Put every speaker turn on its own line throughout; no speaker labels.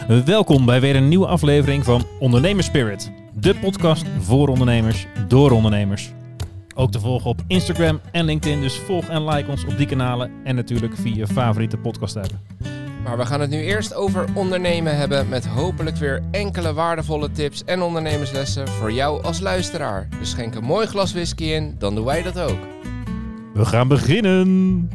Welkom bij weer een nieuwe aflevering van Ondernemers Spirit. De podcast voor ondernemers, door ondernemers. Ook te volgen op Instagram en LinkedIn, dus volg en like ons op die kanalen en natuurlijk via je favoriete podcast app.
Maar we gaan het nu eerst over ondernemen hebben met hopelijk weer enkele waardevolle tips en ondernemerslessen voor jou als luisteraar. Dus schenk een mooi glas whisky in, dan doen wij dat ook.
We gaan beginnen!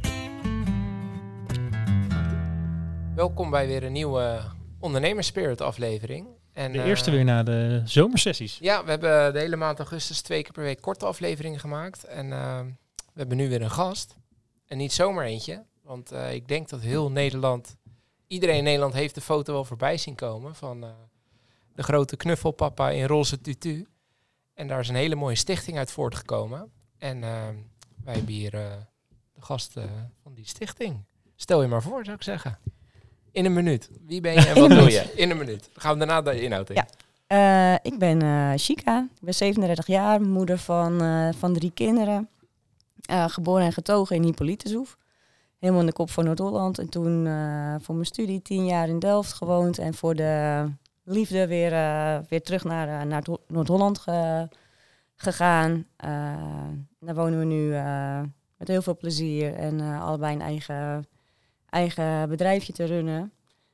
Welkom bij weer een nieuwe Ondernemers Spirit aflevering. En,
De eerste weer na de zomersessies.
Ja, we hebben de hele maand augustus 2 keer per week korte afleveringen gemaakt. En we hebben nu weer een gast. En niet zomaar eentje. Want ik denk dat heel Nederland, iedereen in Nederland heeft de foto wel voorbij zien komen van de grote knuffelpapa in roze tutu. En daar is een hele mooie stichting uit voortgekomen. En wij hebben hier de gast van die stichting. Stel je maar voor, zou ik zeggen. In een minuut. Wie ben je en wat doe je? In een minuut. Dan gaan we daarna de inhoud in.
Ja. Ik ben Chika. Ik ben 37 jaar, moeder van 3 kinderen. Geboren en getogen in Hippolytushoef. Helemaal in de kop van Noord-Holland. En toen voor mijn studie 10 jaar in Delft gewoond. En voor de liefde weer terug naar Noord-Holland gegaan. Daar wonen we nu met heel veel plezier. En allebei een eigen bedrijfje te runnen.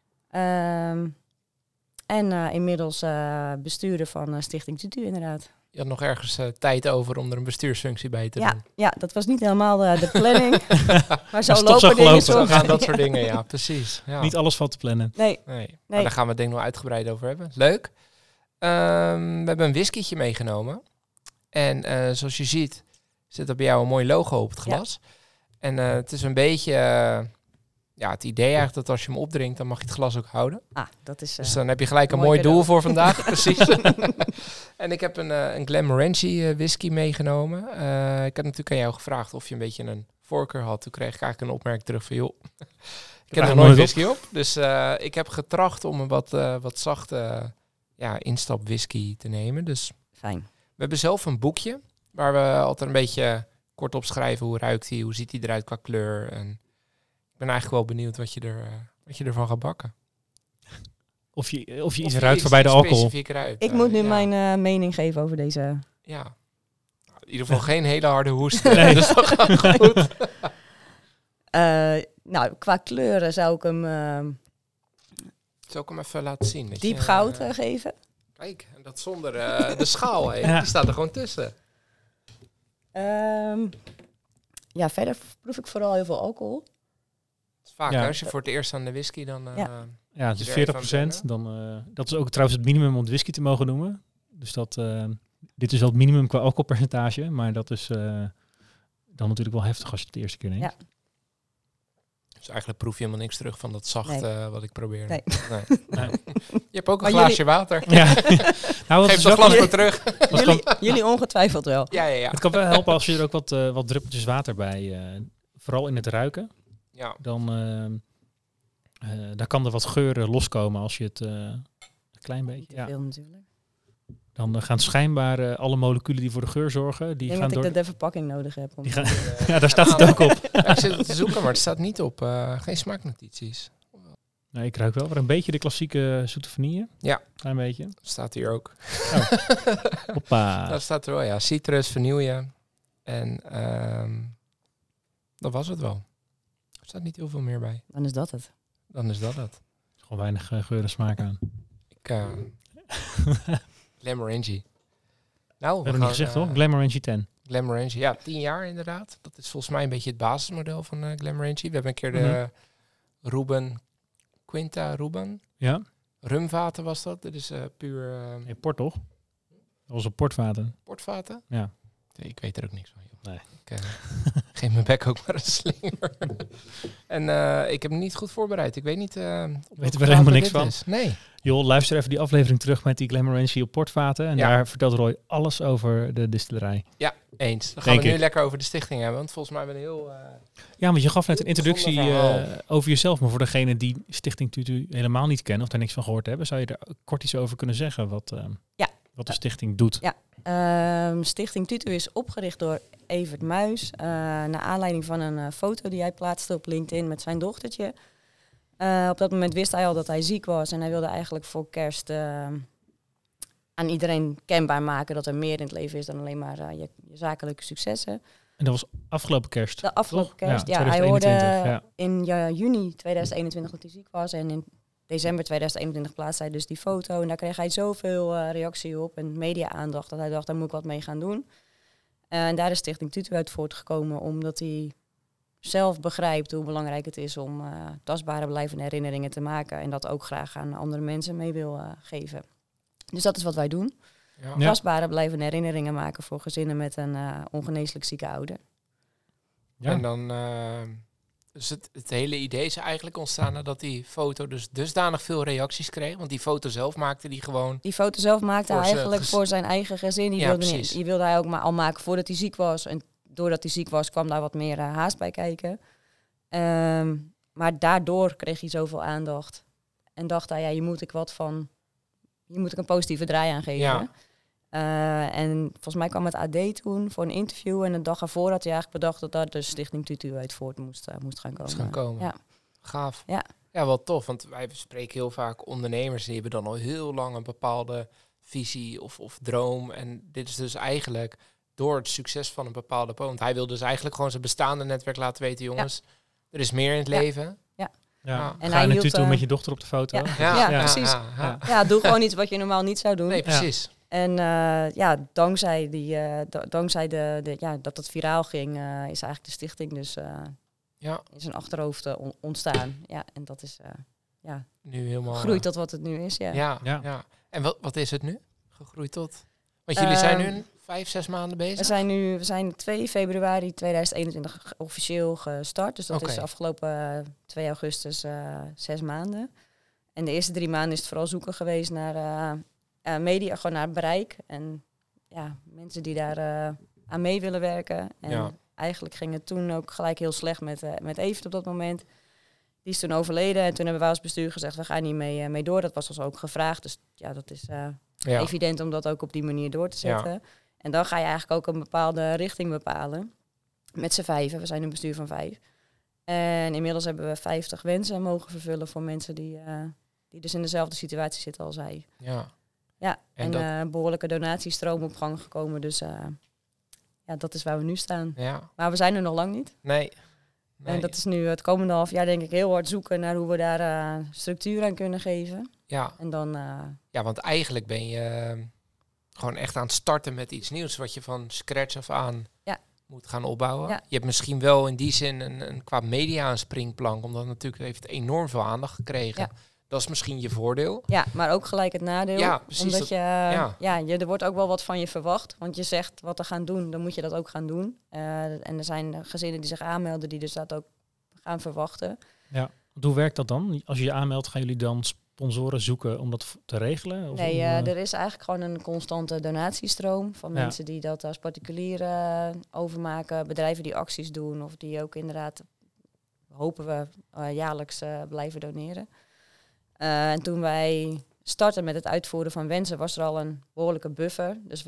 En inmiddels bestuurder van Stichting Tutu inderdaad.
Je had nog ergens tijd over om er een bestuursfunctie bij te doen.
Ja, dat was niet helemaal de planning. Maar zo
Maar
lopen dingen
Zo
soms.
gaan dat soort dingen, ja, precies. Ja.
Niet alles valt te plannen.
Nee.
Maar daar gaan we het denk ik nog uitgebreid over hebben. Leuk. We hebben een whiskietje meegenomen. En zoals je ziet, zit er bij jou een mooi logo op het glas. Ja. En het is een beetje... het idee eigenlijk dat als je hem opdrinkt, dan mag je het glas ook houden.
Dat is...
Dus dan heb je gelijk een mooi doel voor vandaag. Precies. En ik heb een Glenmorangie whisky meegenomen. Ik had natuurlijk aan jou gevraagd of je een beetje een voorkeur had. Toen kreeg ik eigenlijk een opmerking terug van, joh, ik heb er nooit whisky op. Dus ik heb getracht om een wat zachte instap whisky te nemen. Dus
fijn.
We hebben zelf een boekje waar we altijd een beetje kort op schrijven. Hoe ruikt hij, hoe ziet hij eruit qua kleur. En ik ben eigenlijk wel benieuwd wat je ervan gaat bakken.
Of je iets ruikt voorbij de alcohol.
Ik moet nu mijn mening geven over deze...
Ja. In ieder geval geen hele harde hoest. Nee. Dus dat gaat goed.
Qua kleuren zou ik hem...
Zal ik hem even laten zien?
Diep goud geven.
Kijk, en dat zonder de schaal. Die staat er gewoon tussen.
Verder proef ik vooral heel veel alcohol.
Vaak, als je voor het eerst aan de whisky dan...
Ja, het is 40%. Dat is ook trouwens het minimum om whisky te mogen noemen. Dus dit is wel het minimum qua alcoholpercentage. Maar dat is dan natuurlijk wel heftig als je het de eerste keer neemt. Ja.
Dus eigenlijk proef je helemaal niks terug van dat zachte wat ik probeer.
Nee.
Je hebt ook een glaasje water.
Ja.
Geef dat glas maar terug.
Jullie ongetwijfeld wel.
Ja.
Het kan wel helpen als je er ook wat druppeltjes water bij... vooral in het ruiken.
Ja.
Dan kan er wat geuren loskomen als je het een klein beetje...
Niet te veel natuurlijk.
Dan gaan schijnbaar alle moleculen die voor de geur zorgen...
Ik denk dat ik de verpakking nodig heb.
Daar staat het ook op.
Ik zit het te zoeken, maar het staat niet op. Geen smaaknotities.
Nee, ik ruik wel weer een beetje de klassieke zoete vanille.
Ja.
Klein beetje.
Staat hier ook.
Oh. Hoppa.
Dat staat er wel, ja. Citrus, vanille. En dat was het wel. Er staat niet heel veel meer bij.
Dan is dat het.
Gewoon weinig geur en smaak aan.
Glenmorangie. Nou,
we hebben niet gezegd, toch? Glenmorangie 10.
Glenmorangie, ja, 10 jaar inderdaad. Dat is volgens mij een beetje het basismodel van Glenmorangie. We hebben een keer de Ruben Quinta Ruben.
Ja.
Rumvaten was dat. Dit is puur...
port, toch? Dat was een portvaten.
Portvaten?
Ja.
Nee, ik weet er ook niks van. Joh.
Nee.
Ik geef mijn bek ook maar een slinger. En ik heb hem niet goed voorbereid. Ik weet niet...
weten we er helemaal niks van?
Is. Nee.
Joh, luister even die aflevering terug met die Glenmorangie op portvaten. En daar vertelt Roy alles over de distillerij.
Ja, eens. Dan gaan we nu lekker over de stichting hebben. Want volgens mij ben ik heel...
Ja, want je gaf net een introductie over jezelf. Maar voor degene die Stichting Tutu helemaal niet kennen... of daar niks van gehoord hebben... zou je er kort iets over kunnen zeggen wat de stichting doet?
Ja. Stichting Tutu is opgericht door Evert Muis. Naar aanleiding van een foto die hij plaatste op LinkedIn met zijn dochtertje. Op dat moment wist hij al dat hij ziek was. En hij wilde eigenlijk voor kerst aan iedereen kenbaar maken dat er meer in het leven is dan alleen maar je zakelijke successen.
En dat was afgelopen kerst.
De afgelopen
toch?
kerst,
Ja,
hij hoorde
2021,
in juni 2021 dat hij ziek was. En in december 2021 plaatste hij dus die foto. En daar kreeg hij zoveel reactie op en media-aandacht dat hij dacht, daar moet ik wat mee gaan doen. En daar is Stichting Tutu uit voortgekomen, omdat hij zelf begrijpt hoe belangrijk het is om tastbare blijvende herinneringen te maken. En dat ook graag aan andere mensen mee wil geven. Dus dat is wat wij doen.
Ja.
Ja.
Tastbare blijvende herinneringen maken voor gezinnen met een ongeneeslijk zieke ouder.
Ja.
En dan... dus het hele idee is eigenlijk ontstaan nadat die foto dus dusdanig veel reacties kreeg. Want die foto zelf maakte die gewoon...
Die foto zelf maakte hij
Voor
eigenlijk voor zijn eigen gezin.
Ja,
Die
precies.
wilde hij ook maar al maken voordat hij ziek was. En doordat hij ziek was, kwam daar wat meer haast bij kijken. Maar daardoor kreeg hij zoveel aandacht. En dacht hij, hier moet ik een positieve draai aan geven.
Ja.
En volgens mij kwam het AD toen voor een interview. En een dag ervoor had hij eigenlijk bedacht dat daar de Stichting Tutu uit voort moest gaan komen.
is gaan komen.
Ja.
Gaaf.
Ja.
Ja, wel tof. Want wij spreken heel vaak ondernemers. Die hebben dan al heel lang een bepaalde visie of droom. En dit is dus eigenlijk door het succes van een bepaalde want hij wil dus eigenlijk gewoon zijn bestaande netwerk laten weten. Jongens, er is meer in het
Ja.
leven.
Ja.
Ja.
En
Ga
hij
je
hield,
natuurlijk met je dochter op de foto.
Ja. Ja, precies. Ja, doe gewoon iets wat je normaal niet zou doen.
Nee, precies.
En dankzij dat het viraal ging, is eigenlijk de stichting dus in zijn achterhoofd ontstaan. Ja, en dat is
Nu helemaal...
groeit tot wat het nu is. Ja.
Ja. En wat is het nu? Gegroeid tot? Want jullie zijn nu 5-6 maanden bezig?
We zijn 2 februari 2021 officieel gestart. Dus dat
Oké.
is afgelopen 2 augustus 6 maanden. En de eerste 3 maanden is het vooral zoeken geweest naar media, gewoon naar bereik. En ja, mensen die daar aan mee willen werken. En eigenlijk ging het toen ook gelijk heel slecht met Evert op dat moment. Die is toen overleden en toen hebben wij als bestuur gezegd, we gaan niet mee door. Dat was ons ook gevraagd, dus ja, dat is evident om dat ook op die manier door te zetten. Ja. En dan ga je eigenlijk ook een bepaalde richting bepalen. Met z'n 5, we zijn een bestuur van 5. En inmiddels hebben we 50 wensen mogen vervullen voor mensen die dus in dezelfde situatie zitten als hij. Ja, en een behoorlijke donatiestroom op gang gekomen. Dus dat is waar we nu staan. Ja. Maar we zijn er nog lang niet.
Nee.
En dat is nu het komende half jaar denk ik heel hard zoeken naar hoe we daar structuur aan kunnen geven.
Ja.
En dan,
ja, want eigenlijk ben je gewoon echt aan het starten met iets nieuws wat je van scratch af aan moet gaan opbouwen. Ja. Je hebt misschien wel in die zin een qua media een springplank, omdat natuurlijk heeft het enorm veel aandacht gekregen. Ja. Dat is misschien je voordeel.
Ja, maar ook gelijk het nadeel.
Ja, precies.
Omdat er wordt ook wel wat van je verwacht. Want je zegt wat te gaan doen, dan moet je dat ook gaan doen. En er zijn gezinnen die zich aanmelden die dus dat ook gaan verwachten.
Ja. Hoe werkt dat dan? Als je je aanmeldt, gaan jullie dan sponsoren zoeken om dat te regelen? Of
nee, er is eigenlijk gewoon een constante donatiestroom van mensen die dat als particulier overmaken. Bedrijven die acties doen of die ook inderdaad, hopen we, jaarlijks blijven doneren. En toen wij startten met het uitvoeren van wensen, was er al een behoorlijke buffer. Dus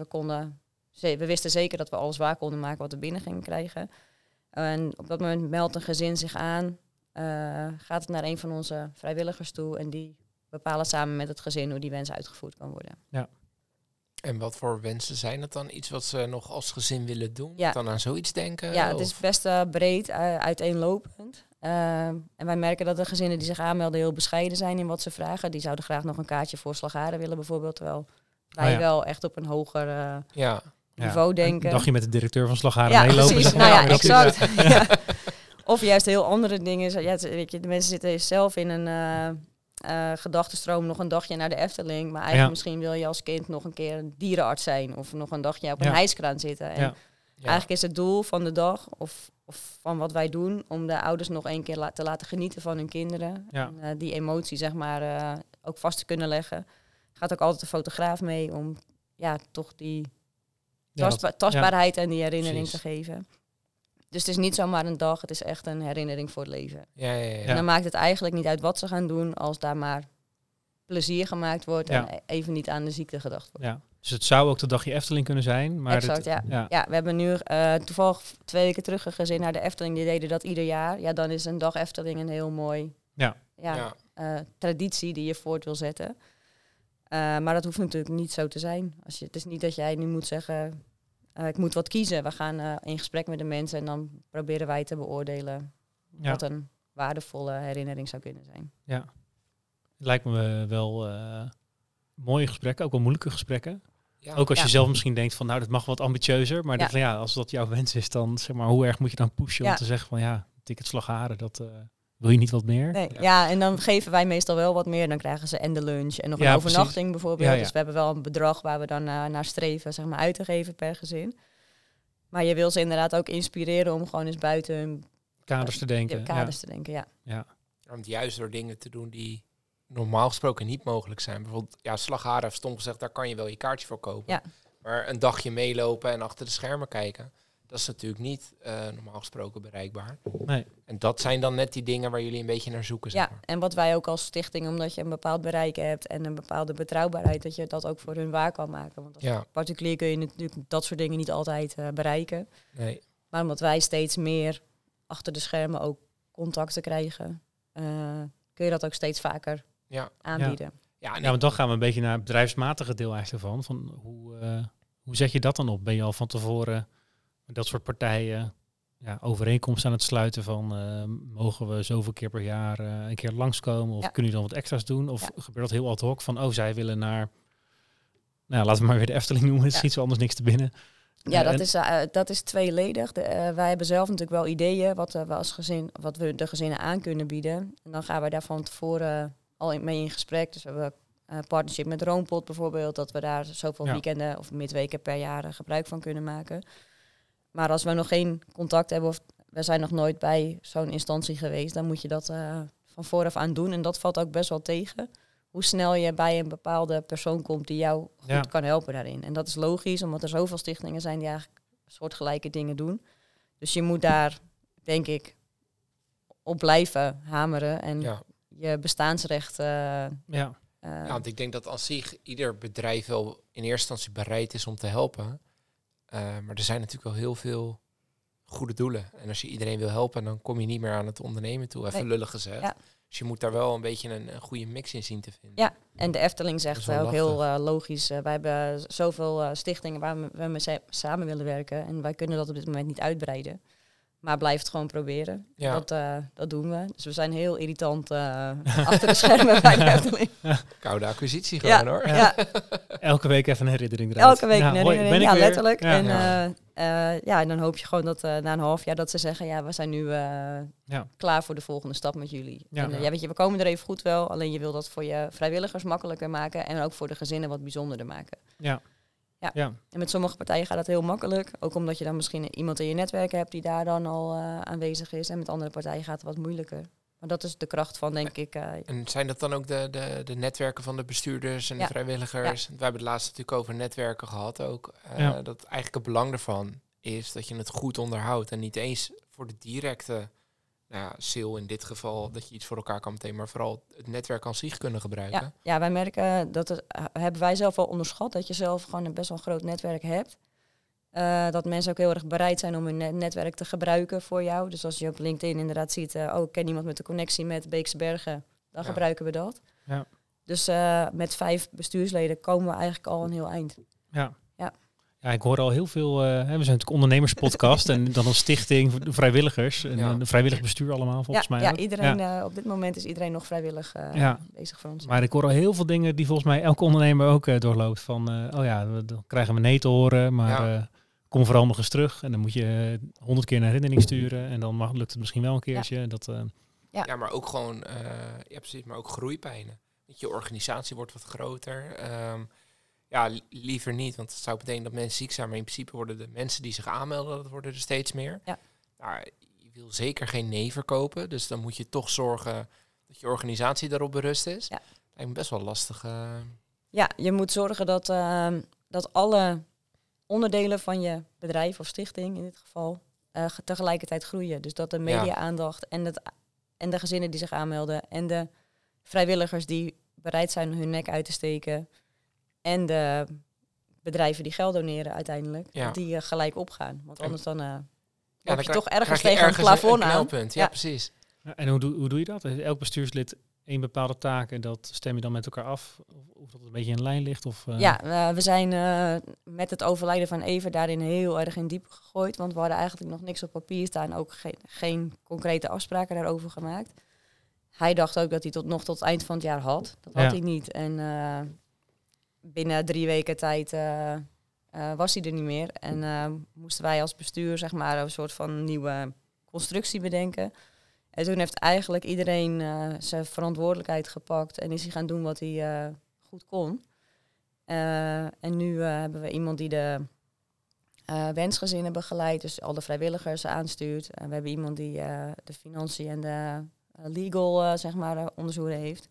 we wisten zeker dat we alles waar konden maken wat we binnen gingen krijgen. En op dat moment meldt een gezin zich aan, gaat het naar een van onze vrijwilligers toe en die bepalen samen met het gezin hoe die wens uitgevoerd kan worden.
Ja.
En wat voor wensen zijn het dan? Iets wat ze nog als gezin willen doen?
Ja.
Dan aan zoiets denken?
Ja, het is best breed, uiteenlopend. En wij merken dat de gezinnen die zich aanmelden heel bescheiden zijn in wat ze vragen. Die zouden graag nog een kaartje voor Slagharen willen bijvoorbeeld. Terwijl wij wel echt op een hoger niveau denken.
Een dagje met de directeur van Slagharen meelopen.
Precies. Nou ja, exact. Ja. Of juist heel andere dingen. Ja, weet je, de mensen zitten zelf in een gedachtenstroom nog een dagje naar de Efteling. Maar eigenlijk misschien wil je als kind nog een keer een dierenarts zijn. Of nog een dagje op een hijskraan zitten. En eigenlijk is het doel van de dag of van wat wij doen om de ouders nog een keer te laten genieten van hun kinderen. Ja. En die emotie zeg maar ook vast te kunnen leggen. Gaat ook altijd de fotograaf mee om toch die tastbaarheid en die herinnering te geven. Dus het is niet zomaar een dag, het is echt een herinnering voor het leven.
Ja.
En dan maakt het eigenlijk niet uit wat ze gaan doen als daar maar plezier gemaakt wordt en even niet aan de ziekte gedacht wordt.
Ja. Dus het zou ook de dagje Efteling kunnen zijn. Maar
exact, ja, we hebben nu toevallig 2 weken terug een gezin naar de Efteling. Die deden dat ieder jaar. Ja, dan is een dag Efteling een heel mooi traditie die je voort wil zetten. Maar dat hoeft natuurlijk niet zo te zijn. Het is niet dat jij nu moet zeggen, ik moet wat kiezen. We gaan in gesprek met de mensen en dan proberen wij te beoordelen wat een waardevolle herinnering zou kunnen zijn.
Ja, het lijkt me wel mooie gesprekken, ook wel moeilijke gesprekken. Ja. Ook als je zelf misschien denkt van, nou, dat mag wat ambitieuzer. Maar als dat jouw wens is, dan zeg maar, hoe erg moet je dan pushen om te zeggen van, ticket Slagharen, dat wil je niet wat meer?
Nee, ja, en dan geven wij meestal wel wat meer. Dan krijgen ze en de lunch en nog een overnachting bijvoorbeeld. Ja, ja. Dus we hebben wel een bedrag waar we dan naar streven, zeg maar, uit te geven per gezin. Maar je wil ze inderdaad ook inspireren om gewoon eens buiten hun
kaders te denken.
Ja.
Want juist door dingen te doen die normaal gesproken niet mogelijk zijn. Bijvoorbeeld, Slagharen, stom gezegd, daar kan je wel je kaartje voor kopen. Ja. Maar een dagje meelopen en achter de schermen kijken, dat is natuurlijk niet normaal gesproken bereikbaar. Nee. En dat zijn dan net die dingen waar jullie een beetje naar zoeken. Zeg maar.
En wat wij ook als stichting, omdat je een bepaald bereik hebt en een bepaalde betrouwbaarheid, dat je dat ook voor hun waar kan maken. Want als particulier kun je natuurlijk dat soort dingen niet altijd bereiken. Nee. Maar omdat wij steeds meer achter de schermen ook contacten krijgen, kun je dat ook steeds vaker aanbieden.
Ja, want dan gaan we een beetje naar het bedrijfsmatige deel eigenlijk van hoe zet je dat dan op? Ben je al van tevoren met dat soort partijen overeenkomsten aan het sluiten van mogen we zoveel keer per jaar een keer langskomen? Of kunnen jullie dan wat extra's doen? Of gebeurt dat heel ad hoc van, zij willen naar, laten we maar weer de Efteling noemen, het schiet zo anders niks te binnen.
Ja, dat is tweeledig. Wij hebben zelf natuurlijk wel ideeën wat we als gezin, wat we de gezinnen aan kunnen bieden. En dan gaan we daar van tevoren al mee in gesprek. Dus we hebben een partnership met Roompot bijvoorbeeld, dat we daar zoveel weekenden of midweken per jaar gebruik van kunnen maken. Maar als we nog geen contact hebben of we zijn nog nooit bij zo'n instantie geweest, dan moet je dat van vooraf aan doen. En dat valt ook best wel tegen. Hoe snel je bij een bepaalde persoon komt die jou goed kan helpen daarin. En dat is logisch, omdat er zoveel stichtingen zijn die eigenlijk soortgelijke dingen doen. Dus je moet daar, denk ik, op blijven hameren en je bestaansrecht...
want ik denk dat als zich ieder bedrijf wel in eerste instantie bereid is om te helpen. Maar er zijn natuurlijk wel heel veel goede doelen. En als je iedereen wil helpen, dan kom je niet meer aan het ondernemen toe. Even lullig gezegd. Ja. Dus je moet daar wel een beetje een goede mix in zien te vinden.
Ja, en de Efteling zegt ook heel logisch. Wij hebben zoveel stichtingen waar we mee samen willen werken. En wij kunnen dat op dit moment niet uitbreiden. Maar blijf het gewoon proberen. Ja. Dat doen we. Dus we zijn heel irritant achter de schermen bij de Efteling.
Koude acquisitie gewoon hoor.
Ja.
Elke week even een herinnering eruit.
Elke week een herinnering, letterlijk. Ja. En dan hoop je gewoon dat na een half jaar dat ze zeggen, we zijn nu klaar voor de volgende stap met jullie. Ja. En, weet je, we komen er even goed wel. Alleen je wil dat voor je vrijwilligers makkelijker maken. En ook voor de gezinnen wat bijzonderder maken. Ja. En met sommige partijen gaat dat heel makkelijk. Ook omdat je dan misschien iemand in je netwerk hebt die daar dan al aanwezig is. En met andere partijen gaat het wat moeilijker. Maar dat is de kracht van, denk ik...
En zijn dat dan ook de netwerken van de bestuurders en de vrijwilligers? Ja. We hebben het laatst natuurlijk over netwerken gehad ook. Dat eigenlijk het belang ervan is dat je het goed onderhoudt. En niet eens voor de directe sale in dit geval, dat je iets voor elkaar kan meteen, maar vooral het netwerk aan zich kunnen gebruiken.
Ja, wij merken, hebben wij zelf al onderschat, dat je zelf gewoon een best wel groot netwerk hebt. Dat mensen ook heel erg bereid zijn om hun netwerk te gebruiken voor jou. Dus als je op LinkedIn inderdaad ziet, ik ken iemand met een connectie met Beekse Bergen, dan gebruiken we dat. Ja. Dus met 5 bestuursleden komen we eigenlijk al een heel eind.
Ja. Ja, ik hoor al heel veel. We zijn natuurlijk ondernemerspodcast en dan een stichting, vrijwilligers en een vrijwillig bestuur allemaal volgens mij.
Ja, iedereen. Op dit moment is iedereen nog vrijwillig bezig voor ons.
Maar ik hoor al heel veel dingen die volgens mij elke ondernemer ook doorloopt. Van, dan krijgen we nee te horen, maar kom vooral nog eens terug. En dan moet je 100 keer een herinnering sturen en dan lukt het misschien wel een keertje.
Ja, maar ook gewoon, precies, maar ook groeipijnen. Je organisatie wordt wat groter. Liever niet, want het zou betekenen dat mensen ziek zijn. Maar in principe worden de mensen die zich aanmelden, dat worden er steeds meer. Ja. Je wil zeker geen nee verkopen. Dus dan moet je toch zorgen dat je organisatie daarop berust is. Ja. Lijkt me best wel lastig.
Ja, je moet zorgen dat alle onderdelen van je bedrijf of stichting in dit geval tegelijkertijd groeien. Dus dat de media-aandacht en de gezinnen die zich aanmelden en de vrijwilligers die bereid zijn hun nek uit te steken en de bedrijven die geld doneren uiteindelijk, dat die gelijk opgaan. Want anders dan heb je toch ergens tegen een plafond aan.
Ja, precies.
Ja, en hoe doe je dat? Elk bestuurslid één bepaalde taak en dat stem je dan met elkaar af? Of dat het een beetje in lijn ligt? Of,
Ja, we zijn met het overlijden van Eva daarin heel erg in diep gegooid. Want we hadden eigenlijk nog niks op papier staan. Ook geen concrete afspraken daarover gemaakt. Hij dacht ook dat hij tot het eind van het jaar had. Dat had hij niet. En binnen 3 weken tijd was hij er niet meer. En moesten wij als bestuur zeg maar een soort van nieuwe constructie bedenken. En toen heeft eigenlijk iedereen zijn verantwoordelijkheid gepakt. En is hij gaan doen wat hij goed kon. En nu hebben we iemand die de wensgezinnen begeleidt. Dus al de vrijwilligers aanstuurt. En we hebben iemand die de financiën en de legal zeg maar onderzoeken heeft.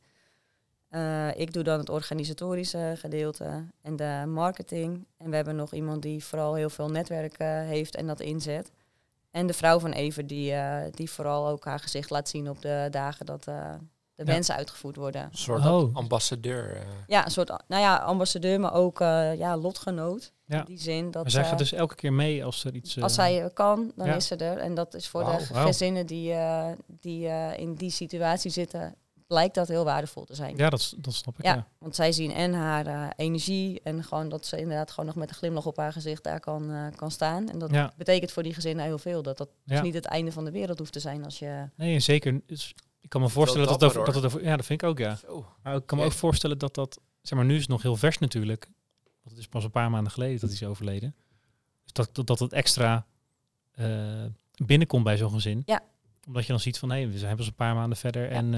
Ik doe dan het organisatorische gedeelte en de marketing. En we hebben nog iemand die vooral heel veel netwerk heeft en dat inzet. En de vrouw van Even die vooral ook haar gezicht laat zien op de dagen dat de wensen uitgevoerd worden.
Een soort ambassadeur.
Ja, een soort ambassadeur, maar ook lotgenoot. Ja. In die zin dat.
Maar zij gaat dus elke keer mee als er iets.
Als zij kan, dan is ze er. En dat is voor de gezinnen die in die situatie zitten, blijkt dat heel waardevol te zijn.
Ja, dat snap ik. Ja,
want zij zien en haar energie en gewoon dat ze inderdaad gewoon nog met een glimlach op haar gezicht daar kan staan. En dat betekent voor die gezinnen heel veel. Dat dus niet het einde van de wereld hoeft te zijn als je.
Nee, zeker. Dus ik kan me voorstellen dat het over. Ja, dat vind ik ook, ja. Maar ik kan me ook voorstellen dat zeg maar, nu is het nog heel vers natuurlijk. Want het is pas een paar maanden geleden dat hij is overleden. Dus dat het extra binnenkomt bij zo'n gezin. Ja. Omdat je dan ziet van, we zijn pas een paar maanden verder en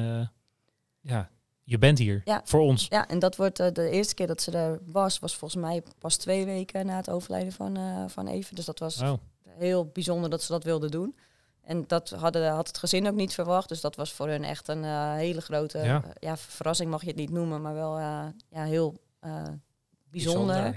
je bent hier voor ons.
Ja, en dat wordt de eerste keer dat ze er was volgens mij pas 2 weken na het overlijden van Even. Dus dat was heel bijzonder dat ze dat wilden doen. En dat had het gezin ook niet verwacht. Dus dat was voor hun echt een hele grote verrassing, mag je het niet noemen, maar wel heel bijzonder.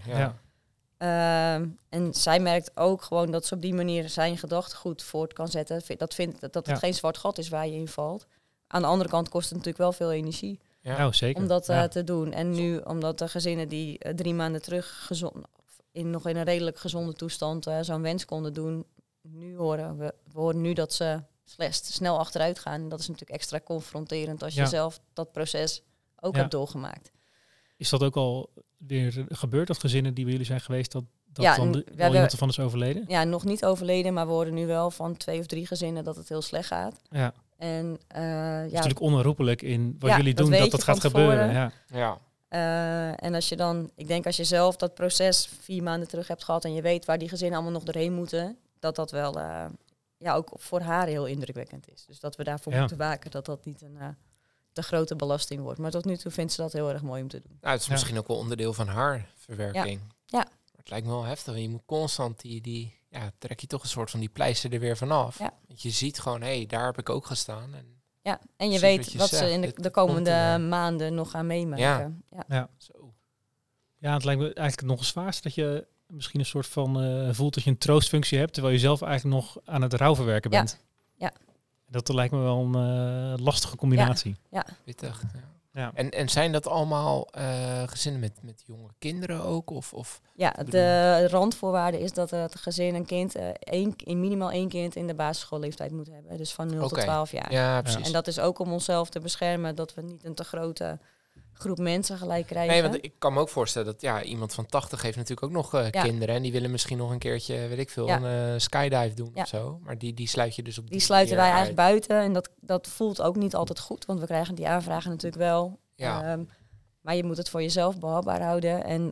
En zij merkt ook gewoon dat ze op die manier zijn gedachtegoed voort kan zetten. Dat het geen zwart gat is waar je in valt. Aan de andere kant kost het natuurlijk wel veel energie.
Ja, zeker.
Om dat te doen. En nu, omdat de gezinnen die 3 maanden terug nog in een redelijk gezonde toestand zo'n wens konden doen, we horen nu dat ze snel achteruit gaan. En dat is natuurlijk extra confronterend als je zelf dat proces ook hebt doorgemaakt.
Is dat ook al weer gebeurd, dat gezinnen die bij jullie zijn geweest, dat dan iemand ervan is overleden?
Ja, nog niet overleden, maar we horen nu wel van 2 of 3 gezinnen dat het heel slecht gaat. Ja. En
het is natuurlijk onherroepelijk in wat jullie doen, dat gaat gebeuren. Ja.
En als je dan, ik denk als je zelf dat proces 4 maanden terug hebt gehad en je weet waar die gezinnen allemaal nog doorheen moeten, dat wel ook voor haar heel indrukwekkend is. Dus dat we daarvoor moeten waken dat niet een te grote belasting wordt. Maar tot nu toe vindt ze dat heel erg mooi om te doen.
Nou, het is misschien ook wel onderdeel van haar verwerking. Ja. Maar het lijkt me wel heftig. Je moet constant trek je toch een soort van die pleister er weer vanaf. Ja. Want je ziet gewoon, daar heb ik ook gestaan.
En je weet wat ze in de komende maanden nog gaan meemaken.
Ja. Zo. Ja, het lijkt me eigenlijk nog zwaarst dat je misschien een soort van voelt dat je een troostfunctie hebt, terwijl je zelf eigenlijk nog aan het rouwverwerken bent. Ja. Dat lijkt me wel een lastige combinatie.
Ja.
Pittig. Ja. En zijn dat allemaal gezinnen met jonge kinderen ook? Of
ja, de randvoorwaarde is dat het gezin een kind minimaal 1 kind in de basisschoolleeftijd moet hebben. Dus van 0 tot 12 jaar.
Ja, precies.
En dat is ook om onszelf te beschermen, dat we niet een te grote groep mensen gelijk krijgen.
Nee, want ik kan me ook voorstellen dat iemand van 80 heeft natuurlijk ook nog kinderen. En die willen misschien nog een keertje, weet ik veel, een skydive doen of zo. Maar die sluit je dus op
die sluiten wij eigenlijk buiten. En dat voelt ook niet altijd goed, want we krijgen die aanvragen natuurlijk wel. Ja. Maar je moet het voor jezelf behapbaar houden. En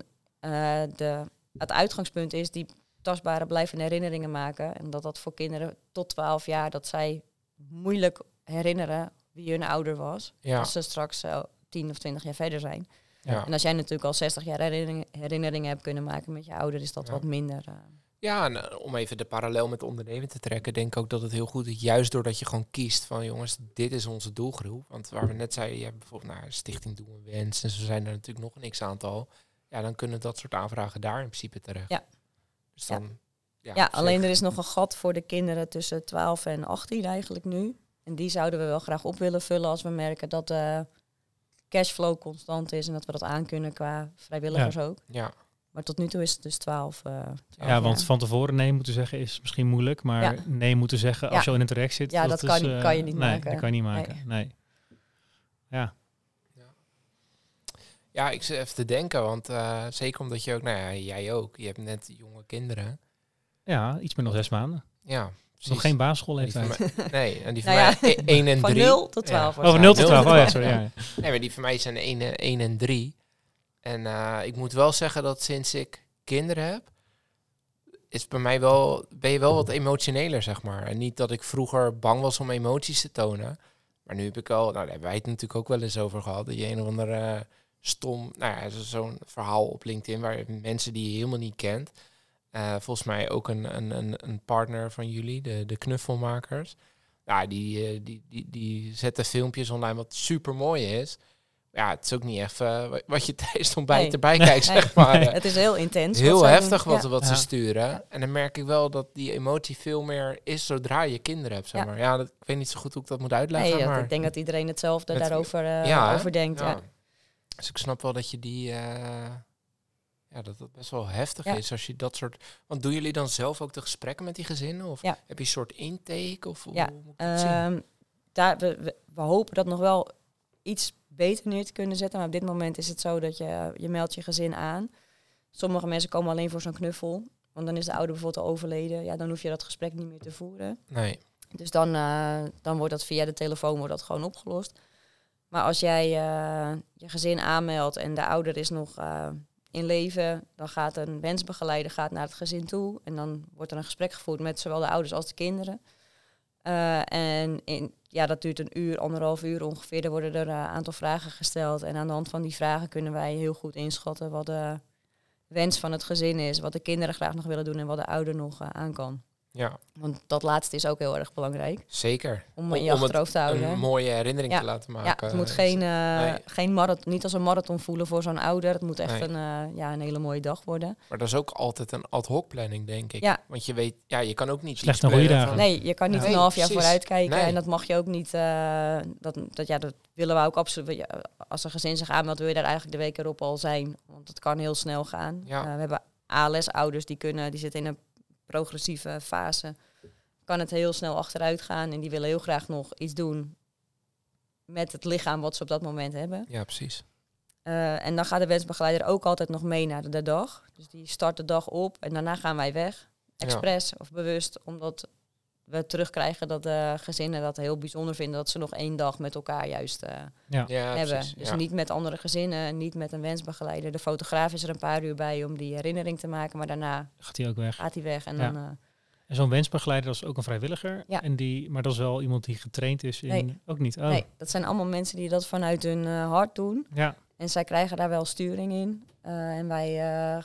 het uitgangspunt is die tastbare blijvende herinneringen maken. En dat voor kinderen tot 12 jaar, dat zij moeilijk herinneren wie hun ouder was. Ja. Als ze straks 10 of 20 jaar verder zijn. Ja. En als jij natuurlijk al 60 jaar herinneringen hebt kunnen maken met je ouder, is dat wat minder.
Ja, en om even de parallel met ondernemen te trekken, denk ik ook dat het heel goed is, juist doordat je gewoon kiest van jongens, dit is onze doelgroep. Want waar we net zeiden, je hebt bijvoorbeeld Stichting Doe een Wens en zo zijn er natuurlijk nog een x-aantal. Ja, dan kunnen dat soort aanvragen daar in principe terecht. Ja. Dus dan,
alleen er is nog een gat voor de kinderen tussen 12 en 18 eigenlijk nu. En die zouden we wel graag op willen vullen als we merken dat de cashflow constant is en dat we dat aan kunnen qua vrijwilligers ook. Ja. Maar tot nu toe is het dus 12.
Want van tevoren nee moeten zeggen is misschien moeilijk, maar nee moeten zeggen als je al in het traject zit.
Ja, dat kan je niet maken.
Dat kan je niet maken. Nee. Ja.
Ja, ik zit even te denken, want zeker omdat je ook, nou ja, jij ook, je hebt net jonge kinderen.
Ja, iets meer dan 6 maanden.
Ja, precies.
Nog geen basisschoolleeftijd.
Nee, en die van
Nou ja,
mij 1 en 3.
Van 0 tot 12.
Over 0 tot 12, oh ja, sorry. Ja.
Nee, maar die van mij zijn 1 en 3. En ik moet wel zeggen dat sinds ik kinderen heb, is bij mij wel, ben je wel wat emotioneler, zeg maar. En niet dat ik vroeger bang was om emoties te tonen. Maar nu heb ik al, nou daar hebben wij het natuurlijk ook wel eens over gehad. Dat je een of andere stom, nou ja, zo'n verhaal op LinkedIn waar mensen die je helemaal niet kent. Volgens mij ook een partner van jullie, de knuffelmakers. Ja, die zetten filmpjes online wat super mooi is. Ja, het is ook niet even wat je tijdens het ontbijt erbij kijkt, zeg maar.
Het is heel intens.
Heel
wat
heftig
doen.
wat ze sturen. En dan merk ik wel dat die emotie veel meer is zodra je kinderen hebt, zeg maar. Ja, ik weet niet zo goed hoe ik dat moet uitleggen.
Nee,
maar
ik denk dat iedereen hetzelfde daarover over denkt.
Ja.
Ja.
Dus ik snap wel dat je dat het best wel heftig is als je dat soort... Want doen jullie dan zelf ook de gesprekken met die gezinnen? Of heb je een soort intake? Of hoe moet ik het zien?
We hopen dat nog wel iets beter neer te kunnen zetten. Maar op dit moment is het zo dat je meldt je gezin aan. Sommige mensen komen alleen voor zo'n knuffel. Want dan is de ouder bijvoorbeeld al overleden. Ja, dan hoef je dat gesprek niet meer te voeren.
Nee.
Dus dan wordt dat via de telefoon gewoon opgelost. Maar als jij je gezin aanmeldt en de ouder is nog in leven, dan gaat een wensbegeleider naar het gezin toe. En dan wordt er een gesprek gevoerd met zowel de ouders als de kinderen. Dat duurt 1 uur, 1,5 uur ongeveer. Er worden er een aantal vragen gesteld. En aan de hand van die vragen kunnen wij heel goed inschatten wat de wens van het gezin is. Wat de kinderen graag nog willen doen en wat de ouder nog aan kan.
Ja.
Want dat laatste is ook heel erg belangrijk.
Zeker.
Om in je achterhoofd te houden.
Een mooie herinnering te laten maken.
Ja, het moet geen marathon, niet als een marathon voelen voor zo'n ouder. Het moet echt een hele mooie dag worden.
Maar dat is ook altijd een ad hoc planning, denk ik.
Ja.
Want je weet, je kan ook niet...
Slechts een goede dagen.
Nee, je kan niet een half jaar vooruit kijken.
Nee.
En dat mag je ook niet... dat willen we ook absoluut... Als een gezin zich aanmeldt, wil je daar eigenlijk de week erop al zijn. Want het kan heel snel gaan.
Ja.
We hebben ALS-ouders, die zitten in een progressieve fase. Kan het heel snel achteruit gaan. En die willen heel graag nog iets doen met het lichaam wat ze op dat moment hebben.
Ja, precies.
En dan gaat de wensbegeleider ook altijd nog mee naar de dag. Dus die start de dag op en daarna gaan wij weg. Expres of bewust, omdat we terugkrijgen dat de gezinnen dat heel bijzonder vinden. Dat ze nog 1 dag met elkaar juist hebben.
Precies,
dus niet met andere gezinnen, niet met een wensbegeleider. De fotograaf is er een paar uur bij om die herinnering te maken. Maar daarna
gaat hij ook weg.
En dan...
En zo'n wensbegeleider, dat is ook een vrijwilliger.
Ja.
Maar dat is wel iemand die getraind is in...
Nee.
Ook niet? Oh.
Nee, dat zijn allemaal mensen die dat vanuit hun hart doen.
Ja.
En zij krijgen daar wel sturing in. En wij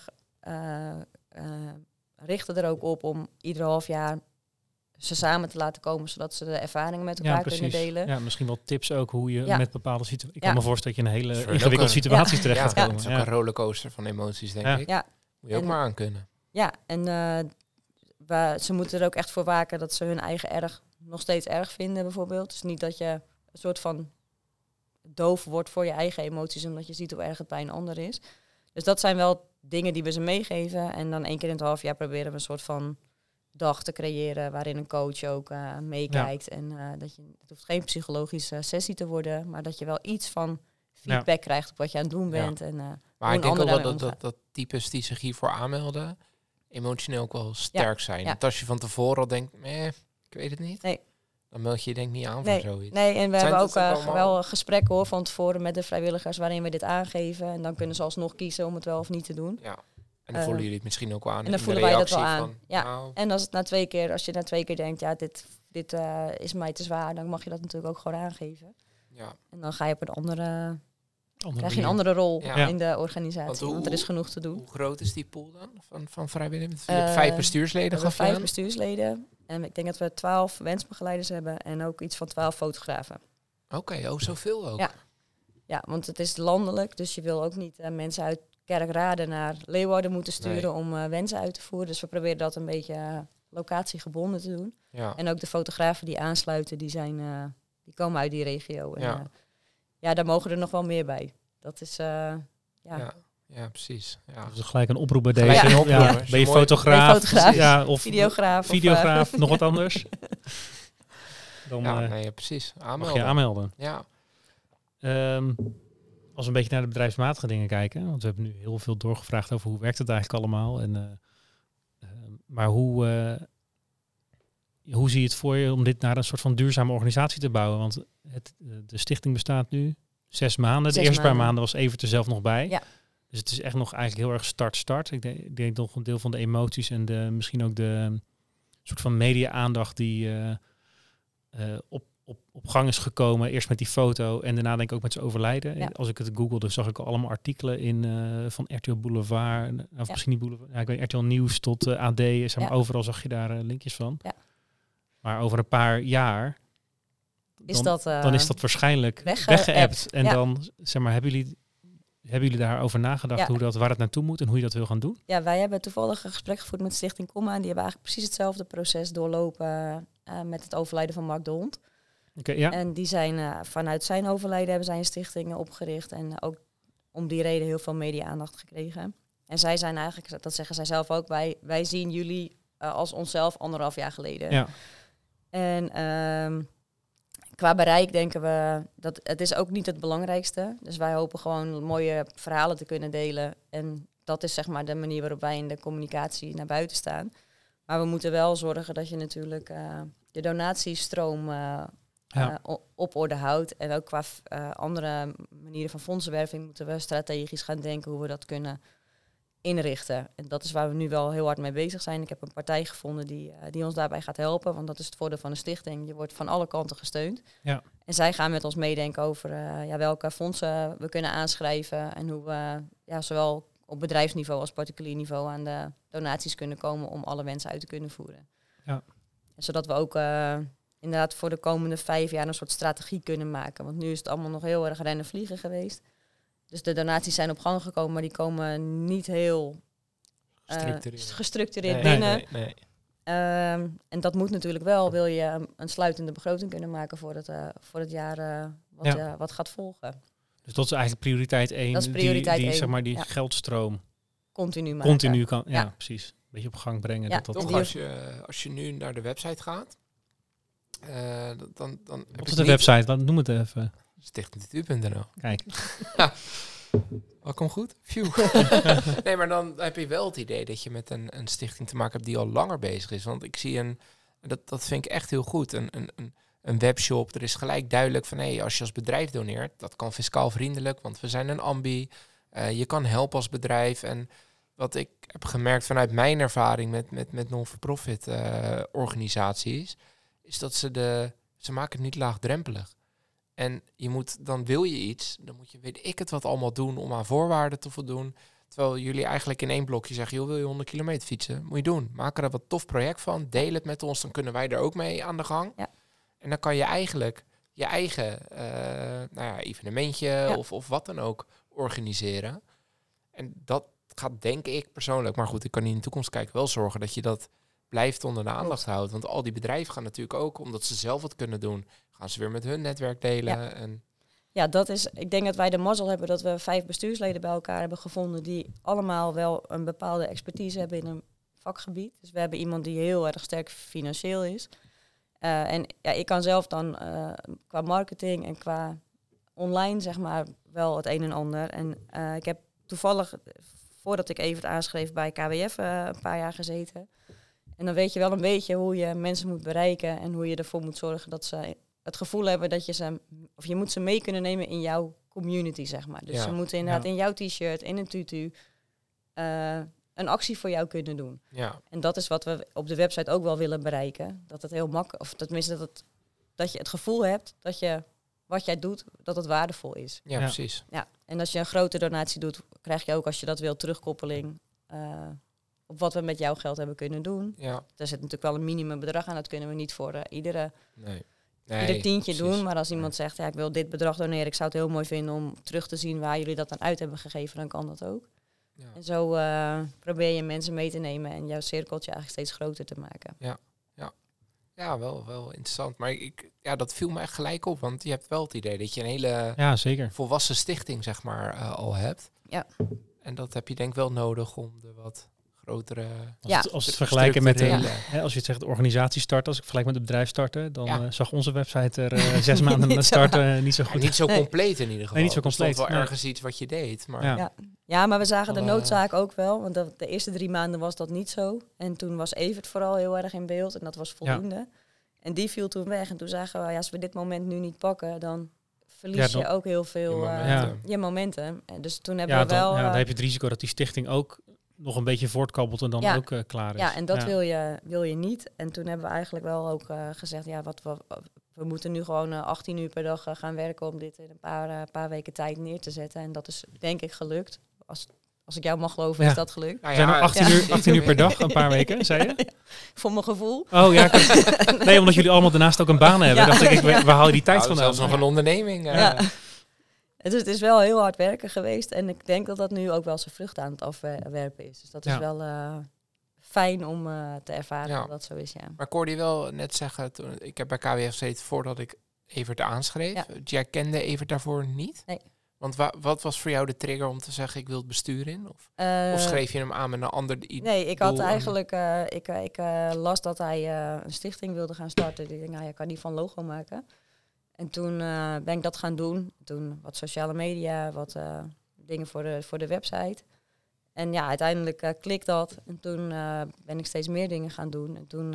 richten er ook op om ieder half jaar ze samen te laten komen, zodat ze de ervaringen met elkaar kunnen delen.
Ja, misschien wel tips ook hoe je met bepaalde situaties... Ik kan me voorstellen dat je in een hele
ingewikkelde
ingewikkelde situaties terecht gaat komen.
Het is ook een rollercoaster van emoties, denk ik.
Ja.
Moet je ook maar aan kunnen.
Ja, en ze moeten er ook echt voor waken dat ze hun eigen nog steeds erg vinden, bijvoorbeeld. Dus niet dat je een soort van doof wordt voor je eigen emoties, omdat je ziet hoe erg het bij een ander is. Dus dat zijn wel dingen die we ze meegeven. En dan 1 keer in het half jaar proberen we een soort van dag te creëren waarin een coach ook meekijkt. Ja. En het hoeft geen psychologische sessie te worden, maar dat je wel iets van feedback krijgt op wat je aan het doen bent. En,
maar ik denk ook wel dat types die zich hiervoor aanmelden emotioneel ook wel sterk zijn. Want als je van tevoren al denkt, ik weet het niet.
Nee.
Dan meld je je denk niet aan voor zoiets.
Nee, en we hebben ook wel gesprekken van tevoren met de vrijwilligers waarin we dit aangeven. En dan kunnen ze alsnog kiezen om het wel of niet te doen.
Ja. En dan voelen jullie het misschien ook wel aan.
En dan voelen wij dat wel aan. En als je na 2 keer denkt, dit is mij te zwaar, dan mag je dat natuurlijk ook gewoon aangeven. Ja. En dan ga je op een krijg je een andere rol in de organisatie. Want er is genoeg te doen.
Hoe groot is die pool dan van vrijwilligers? Je hebt 5 bestuursleden.
We hebben 5 bestuursleden. En ik denk dat we 12 wensbegeleiders hebben. En ook iets van 12 fotografen.
Oké, zoveel ook.
Ja, want het is landelijk. Dus je wil ook niet mensen uit Kerkrade naar Leeuwarden moeten sturen om wensen uit te voeren. Dus we proberen dat een beetje locatiegebonden te doen. Ja. En ook de fotografen die aansluiten, die komen uit die regio. En, daar mogen er nog wel meer bij. Dat is,
Ja, precies. Ja.
Dus gelijk een oproep bij deze. Ben je fotograaf? Ja, of videograaf, nog wat anders? Dan
precies. Aanmelden.
mag je aanmelden.
Ja.
als we een beetje naar de bedrijfsmatige dingen kijken, want we hebben nu heel veel doorgevraagd over hoe werkt het eigenlijk allemaal. Maar hoe zie je het voor je om dit naar een soort van duurzame organisatie te bouwen? Want de stichting bestaat nu 6 maanden. De eerste paar maanden was Evert er zelf nog bij. Ja. Dus het is echt nog eigenlijk heel erg start. Ik denk nog een deel van de emoties en misschien ook de soort van media-aandacht die op gang is gekomen. Eerst met die foto en daarna denk ik ook met zijn overlijden. Ja. Als ik het googelde, zag ik al allemaal artikelen in van RTL Boulevard. Of misschien niet Boulevard. Ja, ik weet RTL Nieuws tot AD. Zeg maar, overal zag je daar linkjes van. Ja. Maar over een paar jaar dan is dat waarschijnlijk weggeëpt. En dan, zeg maar, hebben jullie daarover nagedacht waar het naartoe moet en hoe je dat wil gaan doen? Ja,
wij hebben toevallig een gesprek gevoerd met Stichting Comma. En die hebben eigenlijk precies hetzelfde proces doorlopen met het overlijden van Mark de Hond.
Okay, ja.
En die zijn vanuit zijn overlijden hebben zij een stichting opgericht. En ook om die reden heel veel media-aandacht gekregen. En zij zijn eigenlijk, dat zeggen zij zelf ook, wij zien jullie als onszelf 1,5 jaar geleden. Ja. En qua bereik denken we dat het is ook niet het belangrijkste. Dus wij hopen gewoon mooie verhalen te kunnen delen. En dat is zeg maar de manier waarop wij in de communicatie naar buiten staan. Maar we moeten wel zorgen dat je natuurlijk de donatiestroom op orde houdt. En ook qua andere manieren van fondsenwerving moeten we strategisch gaan denken hoe we dat kunnen inrichten. En dat is waar we nu wel heel hard mee bezig zijn. Ik heb een partij gevonden die ons daarbij gaat helpen. Want dat is het voordeel van een stichting. Je wordt van alle kanten gesteund. Ja. En zij gaan met ons meedenken over welke fondsen we kunnen aanschrijven. En hoe we zowel op bedrijfsniveau als particulier niveau aan de donaties kunnen komen om alle wensen uit te kunnen voeren. Ja. En zodat we ook inderdaad voor de komende 5 jaar een soort strategie kunnen maken. Want nu is het allemaal nog heel erg rennen vliegen geweest. Dus de donaties zijn op gang gekomen, maar die komen niet heel gestructureerd binnen. Nee. En dat moet natuurlijk wel, wil je een sluitende begroting kunnen maken voor het jaar wat gaat volgen.
Dus dat is eigenlijk prioriteit 1. Dat is prioriteit 1. Zeg maar die geldstroom
continu maken.
Kan, ja, precies. Een beetje op gang brengen.
Ja, toch, als je nu naar de website gaat, dan
wat is de website? Noem het even.
Stichtingtu.nl.
Kijk.
Dat komt goed. Nee, maar dan heb je wel het idee dat je met een stichting te maken hebt die al langer bezig is. Want ik zie dat vind ik echt heel goed. Een webshop. Er is gelijk duidelijk van, als je als bedrijf doneert, dat kan fiscaal vriendelijk, want we zijn een ambi. Je kan helpen als bedrijf. En wat ik heb gemerkt vanuit mijn ervaring met non-for-profit organisaties, is dat ze maken het niet laagdrempelig. En dan wil je iets, dan moet je weet ik het wat allemaal doen om aan voorwaarden te voldoen. Terwijl jullie eigenlijk in 1 blokje zeggen, joh, wil je 100 kilometer fietsen? Moet je doen. Maak er wat tof project van. Deel het met ons, dan kunnen wij er ook mee aan de gang. Ja. En dan kan je eigenlijk je eigen evenementje of wat dan ook organiseren. En dat gaat, denk ik persoonlijk, maar goed, ik kan niet in de toekomst kijken, wel zorgen dat je dat blijft onder de aandacht houdt. Want al die bedrijven gaan natuurlijk ook, omdat ze zelf wat kunnen doen, gaan ze weer met hun netwerk delen.
Ja, dat is. Ik denk dat wij de mazzel hebben dat we 5 bestuursleden bij elkaar hebben gevonden die allemaal wel een bepaalde expertise hebben in een vakgebied. Dus we hebben iemand die heel erg sterk financieel is. En ik kan zelf dan qua marketing en qua online zeg maar wel het een en ander. En ik heb toevallig, voordat ik even aanschreef bij KWF een paar jaar gezeten. En dan weet je wel een beetje hoe je mensen moet bereiken en hoe je ervoor moet zorgen dat ze het gevoel hebben dat je moet ze mee kunnen nemen in jouw community, zeg maar. Dus ze moeten inderdaad in jouw t-shirt, in een tutu, een actie voor jou kunnen doen. Ja. En dat is wat we op de website ook wel willen bereiken. Dat het heel makkelijk, of tenminste dat je het gevoel hebt dat wat jij doet, dat het waardevol is.
Ja, precies.
Ja. En als je een grote donatie doet, krijg je ook, als je dat wil, terugkoppeling op wat we met jouw geld hebben kunnen doen. Ja. Er zit natuurlijk wel een minimumbedrag aan, dat kunnen we niet voor ieder tientje doen. Maar als iemand zegt, ik wil dit bedrag doneren, ik zou het heel mooi vinden om terug te zien waar jullie dat aan uit hebben gegeven, dan kan dat ook. Ja. En zo probeer je mensen mee te nemen en jouw cirkeltje eigenlijk steeds groter te maken.
Ja, wel interessant. Maar dat viel me echt gelijk op, want je hebt wel het idee dat je een hele volwassen stichting zeg maar al hebt. Ja. En dat heb je denk ik wel nodig om de wat grotere...
Als het vergelijken met
structurele-
als je het zegt de organisatie starten, als ik vergelijk met het bedrijf starten, dan
Ja.
zag onze website er 6 maanden na
Niet zo
starten niet zo
Ja,
goed.
niet zo
Nee.
compleet in ieder geval.
Nee, niet zo
Er stond
compleet,
wel
nee.
ergens iets wat je deed. Maar
Ja.
Ja, maar we zagen de
Alle-
noodzaak ook wel. Want de eerste 3 maanden was dat niet zo. En toen was Evert vooral heel erg in beeld. En dat was voldoende. En die viel toen weg. En toen zagen we, als we dit moment nu niet pakken, dan verlies
Ja,
je ook heel veel
je momentum.
je momentum. En dus toen hebben
Ja,
we wel...
dan heb je het risico dat die stichting ook nog een beetje voortkabbelt en dan
Ja.
ook klaar is.
ja, en dat wil je niet. En toen hebben we eigenlijk wel ook gezegd, ja, we moeten nu gewoon 18 uur per dag gaan werken om dit in een paar weken tijd neer te zetten. En dat is denk ik gelukt. Als ik jou mag geloven,
Ja.
is dat gelukt.
Nou
Zijn er
ja,
18 uur per dag, een paar weken, zei je?
Voor mijn gevoel.
Oh ja, nee, omdat jullie allemaal daarnaast ook een baan hebben.
Ja.
Dacht ik, waar haal je die tijd
nou,
vandaan?
zelfs nog een onderneming.
Ja. Dus het is wel heel hard werken geweest. En ik denk dat dat nu ook wel zijn vrucht aan het afwerpen is. Dus dat is
Ja.
wel fijn om te ervaren
Ja.
dat dat zo is, ja.
Maar ik hoorde je wel net zeggen, ik heb bij KWF gezeten voordat ik Evert aanschreef.
Ja.
Jij kende Evert daarvoor niet?
Nee.
Want wat was voor jou de trigger om te zeggen, ik wil het bestuur in? Of schreef je hem aan met een ander
Nee, ik had
doel?
eigenlijk... ik las dat hij een stichting wilde gaan starten. Ik denk, nou, je kan die van logo maken. En toen ben ik dat gaan doen. Toen wat sociale media, wat dingen voor de website. En ja, uiteindelijk klikt dat. En toen ben ik steeds meer dingen gaan doen. En toen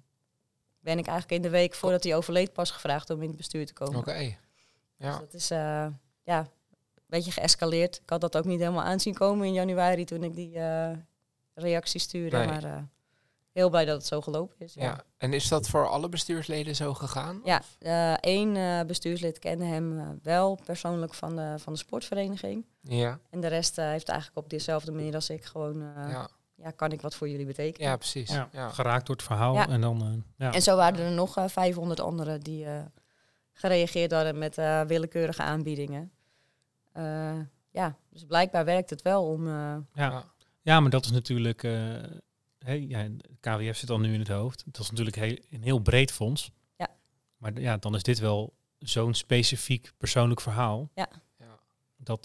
ben ik eigenlijk in de week voordat hij overleed pas gevraagd om in het bestuur te komen.
Oké.
Dus
Ja.
dat is een beetje geëscaleerd. Ik had dat ook niet helemaal aanzien komen in januari toen ik die reactie stuurde.
Nee.
Maar heel blij dat het zo gelopen is.
Ja. En is dat voor alle bestuursleden zo gegaan?
Ja,
Of?
1 bestuurslid kende hem wel persoonlijk van de sportvereniging.
Ja.
En de rest heeft eigenlijk op dezelfde manier als ik gewoon... kan ik wat voor jullie betekenen?
Ja, precies.
Ja,
Ja.
geraakt door het verhaal
Ja.
en dan... ja.
En zo waren er nog 500 anderen die gereageerd hadden met willekeurige aanbiedingen. Dus blijkbaar werkt het wel om...
Ja, maar dat is natuurlijk... KWF zit al nu in het hoofd. Dat is natuurlijk een heel breed fonds.
Ja.
Maar ja, dan is dit wel zo'n specifiek persoonlijk verhaal.
Ja.
Ja.
Dat...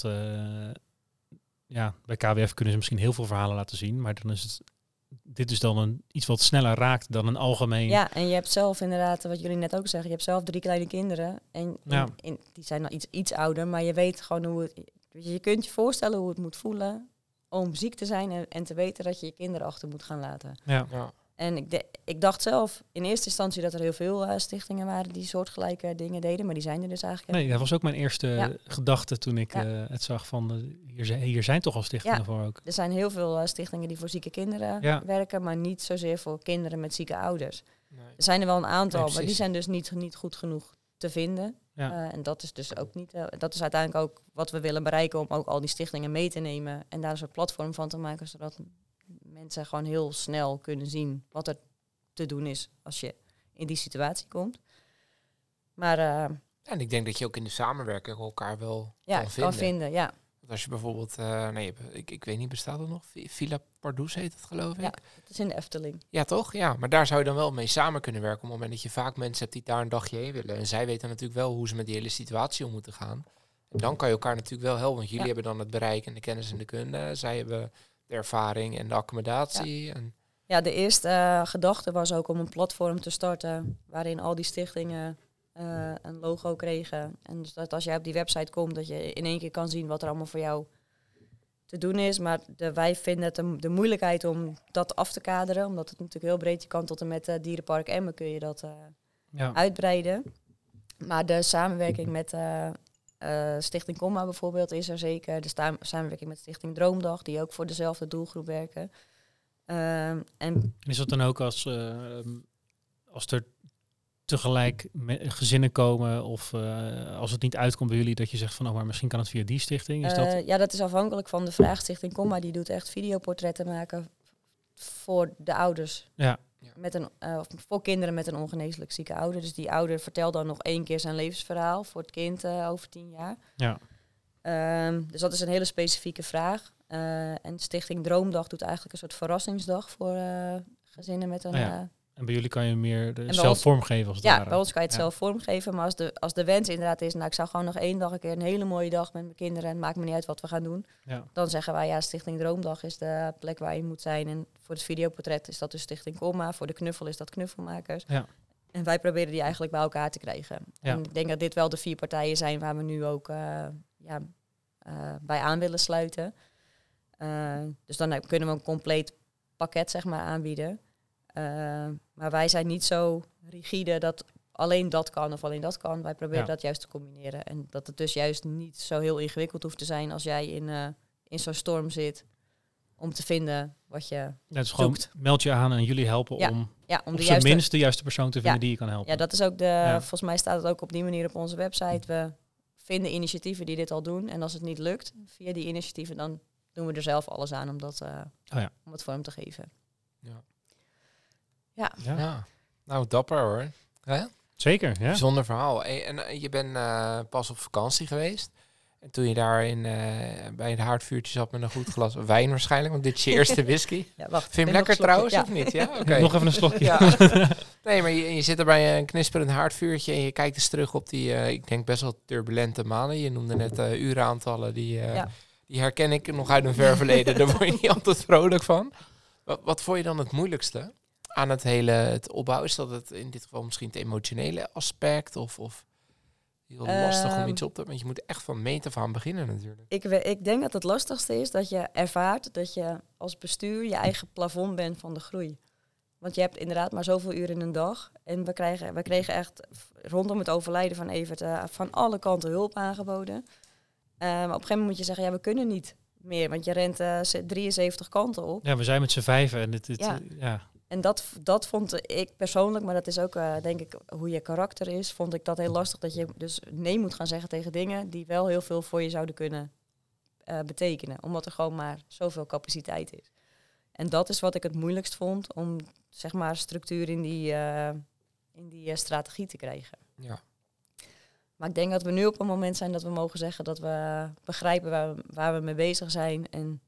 bij KWF kunnen ze misschien heel veel verhalen laten zien. Maar dan is het... Dit is dan iets wat sneller raakt dan een algemeen...
Ja, en je hebt zelf inderdaad, wat jullie net ook zeggen, je hebt zelf 3 kleine kinderen. En
Ja.
die zijn al iets ouder, maar je weet gewoon hoe het... Je kunt je voorstellen hoe het moet voelen om ziek te zijn en te weten dat je je kinderen achter moet gaan laten.
Ja.
Ja.
En ik dacht zelf in eerste instantie dat er heel veel stichtingen waren die soortgelijke dingen deden, maar die zijn er dus eigenlijk
Nee, dat was ook mijn eerste
Ja.
gedachte toen ik
Ja.
het zag van... hier zijn toch al stichtingen
Ja.
voor ook.
Er zijn heel veel stichtingen die voor zieke kinderen
Ja.
werken, maar niet zozeer voor kinderen met zieke ouders.
Nee.
Er zijn er wel een aantal,
Nee,
maar die
precies.
zijn dus niet goed genoeg te vinden.
Ja.
En dat is dus ook niet. Dat is uiteindelijk ook wat we willen bereiken om ook al die stichtingen mee te nemen en daar een soort platform van te maken, zodat mensen gewoon heel snel kunnen zien wat er te doen is als je in die situatie komt. Maar
En ik denk dat je ook in de samenwerking elkaar wel
ja,
kan vinden.
ja.
Want als je bijvoorbeeld, ik weet niet, bestaat het nog? Villa Pardoes heet het, geloof ik.
Ja. Het is in de Efteling.
Ja, toch? Ja, maar daar zou je dan wel mee samen kunnen werken. Op het moment dat je vaak mensen hebt die daar een dagje heen willen. En zij weten natuurlijk wel hoe ze met die hele situatie om moeten gaan. En dan kan je elkaar natuurlijk wel helpen. Want jullie hebben dan het bereik en de kennis en de kunde. Zij hebben de ervaring en de accommodatie. Ja,
Ja, de eerste gedachte was ook om een platform te starten waarin al die stichtingen een logo kregen. En dus dat als jij op die website komt, dat je in één keer kan zien wat er allemaal voor jou te doen is. Maar wij vinden het de moeilijkheid om dat af te kaderen, omdat het natuurlijk heel breed, je kan tot en met Dierenpark Emmen kun je dat uitbreiden. Maar de samenwerking met Stichting Comma bijvoorbeeld is er zeker. De samenwerking met Stichting Droomdag, die ook voor dezelfde doelgroep werken. En
is dat dan ook als er tegelijk gezinnen komen of als het niet uitkomt bij jullie dat je zegt van maar misschien kan het via die stichting? Is dat...
Ja, dat is afhankelijk van de vraag. Stichting Comma die doet echt videoportretten maken voor de ouders.
Ja.
Voor kinderen met een ongeneeslijk zieke ouder. Dus die ouder vertelt dan nog 1 keer zijn levensverhaal voor het kind over 10 jaar.
Ja.
Dus dat is een hele specifieke vraag. En Stichting Droomdag doet eigenlijk een soort verrassingsdag voor gezinnen met een
En bij jullie kan je meer
bij
zelf
ons-
vormgeven als het
Ja,
ware.
bij ons kan je het
Ja.
zelf vormgeven. Maar als de wens inderdaad is, ik zou gewoon nog 1 dag een keer een hele mooie dag met mijn kinderen. En het maakt me niet uit wat we gaan doen.
Ja.
Dan zeggen wij, ja, Stichting Droomdag is de plek waar je moet zijn. En voor het videoportret is dat dus Stichting Comma. Voor de knuffel is dat Knuffelmakers.
Ja.
En wij proberen die eigenlijk bij elkaar te krijgen.
Ja.
En ik denk dat dit wel de 4 partijen zijn waar we nu ook bij aan willen sluiten. Dus dan kunnen we een compleet pakket zeg maar aanbieden. Maar wij zijn niet zo rigide dat alleen dat kan of alleen dat kan. Wij proberen dat juist te combineren. En dat het dus juist niet zo heel ingewikkeld hoeft te zijn als jij in zo'n storm zit om te vinden wat je
Dus gewoon
zoekt.
meld je aan en jullie helpen
Ja.
om
Om
op
de
zijn
juiste,
minst de juiste persoon te vinden
Ja.
die je kan helpen.
ja, dat is ook volgens mij staat het ook op die manier op onze website. We vinden initiatieven die dit al doen. En als het niet lukt via die initiatieven, dan doen we er zelf alles aan om dat om het vorm te geven.
Ja.
Ja. Nou, dapper hoor. Hè?
Zeker, ja.
Bijzonder verhaal. En je bent pas op vakantie geweest. En toen je daar bij het haardvuurtje zat met een goed glas wijn waarschijnlijk, want dit is je eerste whisky.
Ja, wacht.
Vind je hem lekker trouwens,
Ja.
of niet? Ja, oké.
Nog even een slokje.
Ja. Nee, maar je zit er bij een knisperend haardvuurtje en je kijkt eens terug op die, ik denk best wel turbulente maanden. Je noemde net urenaantallen, die herken ik nog uit een ver verleden. Daar word je niet altijd vrolijk van. Wat vond je dan het moeilijkste aan het opbouwen? Is dat het in dit geval misschien het emotionele aspect of heel lastig om iets op te... Want je moet echt van meet af aan beginnen natuurlijk.
Ik denk dat het lastigste is dat je ervaart dat je als bestuur je eigen plafond bent van de groei. Want je hebt inderdaad maar zoveel uur in een dag. En we kregen echt rondom het overlijden van Evert van alle kanten hulp aangeboden. Maar op een gegeven moment moet je zeggen, ja, we kunnen niet meer. Want je rent 73 kanten op.
Ja, we zijn met z'n 5 en
Ja. En dat vond ik persoonlijk, maar dat is ook denk ik hoe je karakter is, vond ik dat heel lastig. Dat je dus nee moet gaan zeggen tegen dingen die wel heel veel voor je zouden kunnen betekenen. Omdat er gewoon maar zoveel capaciteit is. En dat is wat ik het moeilijkst vond, om zeg maar structuur in die strategie te krijgen.
Ja.
Maar ik denk dat we nu op een moment zijn dat we mogen zeggen dat we begrijpen waar we mee bezig zijn. En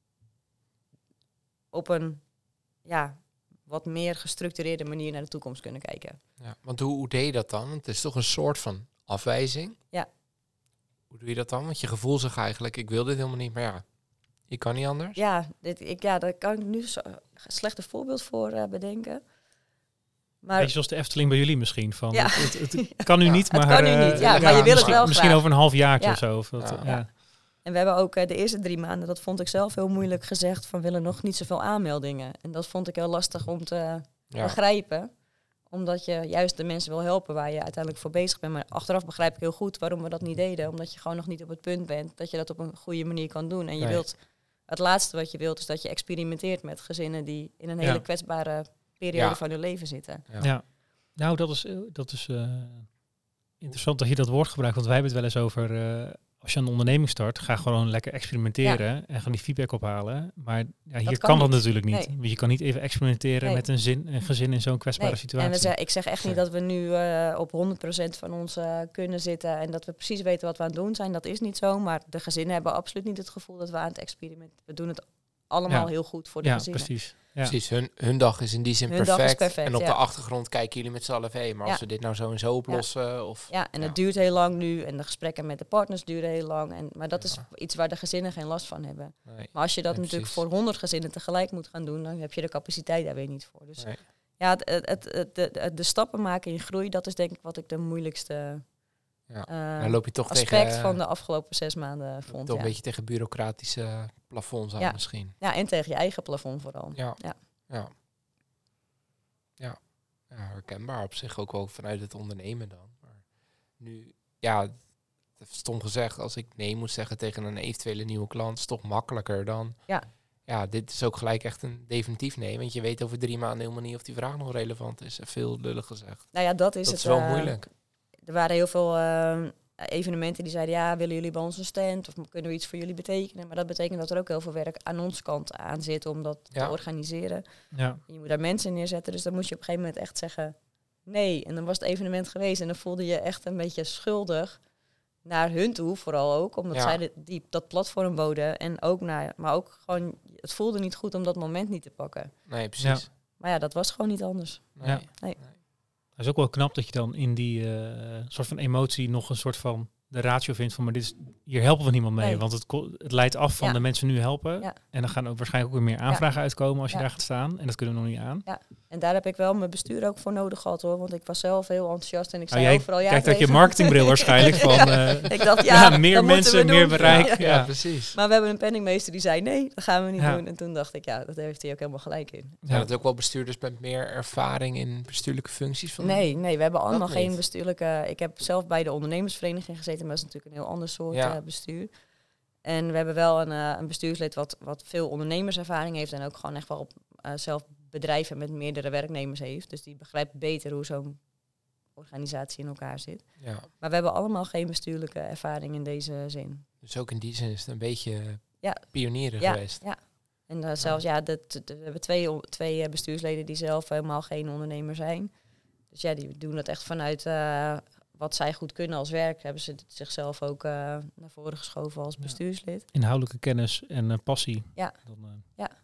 op een wat meer gestructureerde manier naar de toekomst kunnen kijken.
Ja, want hoe deed je dat dan? Want het is toch een soort van afwijzing?
Ja.
Hoe doe je dat dan? Want je gevoel zegt eigenlijk, ik wil dit helemaal niet, maar ja, je kan niet anders.
Ja, daar kan ik nu een slechte voorbeeld voor bedenken. Maar
Beetje zoals de Efteling bij jullie misschien. Van,
Ja.
het kan nu niet,
Het
maar...
kan nu niet, ja, maar je wil het wel
misschien
graag.
over een halfjaartje
Ja.
of zo. Of dat,
Ja.
ja.
En we hebben ook de eerste 3 maanden, dat vond ik zelf heel moeilijk gezegd, van willen nog niet zoveel aanmeldingen. En dat vond ik heel lastig om te begrijpen. Omdat je juist de mensen wil helpen waar je uiteindelijk voor bezig bent. Maar achteraf begrijp ik heel goed waarom we dat niet deden. Omdat je gewoon nog niet op het punt bent dat je dat op een goede manier kan doen. En je wilt, het laatste wat je wilt is dat je experimenteert met gezinnen die in een hele kwetsbare periode van hun leven zitten.
Ja. Nou, dat is interessant dat je dat woord gebruikt. Want wij hebben het wel eens over... als je een onderneming start, ga gewoon lekker experimenteren en gaan die feedback ophalen. Maar hier kan dat natuurlijk niet.
Nee.
Want je kan niet even experimenteren met een gezin in zo'n kwetsbare situatie.
En ik zeg echt niet dat we nu op 100% van ons kunnen zitten en dat we precies weten wat we aan het doen zijn. Dat is niet zo, maar de gezinnen hebben absoluut niet het gevoel dat we aan het experiment. We doen het allemaal heel goed voor de gezinnen.
Precies.
Ja, precies. Hun dag is in die zin perfect. En op de achtergrond kijken jullie met z'n allen maar als we dit nou zo en zo oplossen...
Het duurt heel lang nu en de gesprekken met de partners duren heel lang. Maar dat is iets waar de gezinnen geen last van hebben.
Nee.
Maar als je dat natuurlijk voor 100 gezinnen tegelijk moet gaan doen, dan heb je de capaciteit daar weer niet voor. Dus de stappen maken in groei, dat is denk ik wat ik de moeilijkste
dan loop je toch
aspect van de afgelopen 6 maanden vond.
Toch een beetje tegen bureaucratische plafonds aan misschien.
Ja, en tegen je eigen plafond vooral.
Ja, herkenbaar op zich ook wel vanuit het ondernemen dan. Maar nu, ja, stom gezegd, als ik nee moet zeggen tegen een eventuele nieuwe klant, is het toch makkelijker dan... Ja, dit is ook gelijk echt een definitief nee. Want je weet over 3 maanden helemaal niet of die vraag nog relevant is. Veel lullig gezegd.
Nou ja, dat is
wel moeilijk.
Er waren heel veel evenementen die zeiden, ja, willen jullie bij ons een stand? Of kunnen we iets voor jullie betekenen? Maar dat betekent dat er ook heel veel werk aan onze kant aan zit om dat te organiseren.
Ja.
Je moet daar mensen neerzetten, dus dan moest je op een gegeven moment echt zeggen nee. En dan was het evenement geweest en dan voelde je echt een beetje schuldig naar hun toe, vooral ook, omdat zij dat platform boden. En ook maar ook gewoon, het voelde niet goed om dat moment niet te pakken.
Nee, precies.
Maar ja, dat was gewoon niet anders.
Nee.
Ja.
Nee.
Het is ook wel knap dat je dan in die soort van emotie nog een soort van de ratio vindt van, maar hier helpen we niemand mee.
Nee.
Want het leidt af van de mensen nu helpen.
Ja.
En dan gaan ook waarschijnlijk ook weer meer aanvragen uitkomen als je daar gaat staan. En dat kunnen we nog niet aan.
Ja. En daar heb ik wel mijn bestuur ook voor nodig gehad hoor. Want ik was zelf heel enthousiast en ik zei
jij
overal ja
kijkt uit je
tegen.
marketingbril waarschijnlijk van...
Ik dacht,
meer
dat moeten
mensen,
we
meer
doen.
bereik.
Ja, precies.
Maar we hebben een penningmeester die zei nee, dat gaan we niet
Ja.
doen. En toen dacht ik, dat heeft hij ook helemaal gelijk in.
Zijn dat ook wel bestuurders met meer ervaring in bestuurlijke functies? Van
Nee, we hebben allemaal
Dat
geen
niet.
bestuurlijke... Ik heb zelf bij de ondernemersvereniging gezeten, maar dat is natuurlijk een heel ander soort bestuur. En we hebben wel een bestuurslid wat veel ondernemerservaring heeft en ook gewoon echt wel op zelf bedrijven met meerdere werknemers heeft. Dus die begrijpt beter hoe zo'n organisatie in elkaar zit.
Ja.
Maar we hebben allemaal geen bestuurlijke ervaring in deze zin.
Dus ook in die zin is het een beetje
Ja.
pionieren
Ja,
geweest.
ja. En zelfs, we hebben twee bestuursleden die zelf helemaal geen ondernemer zijn. Dus ja, die doen dat echt vanuit wat zij goed kunnen als werk. Hebben ze zichzelf ook naar voren geschoven als bestuurslid.
Inhoudelijke kennis en passie.
Ja.
Dan,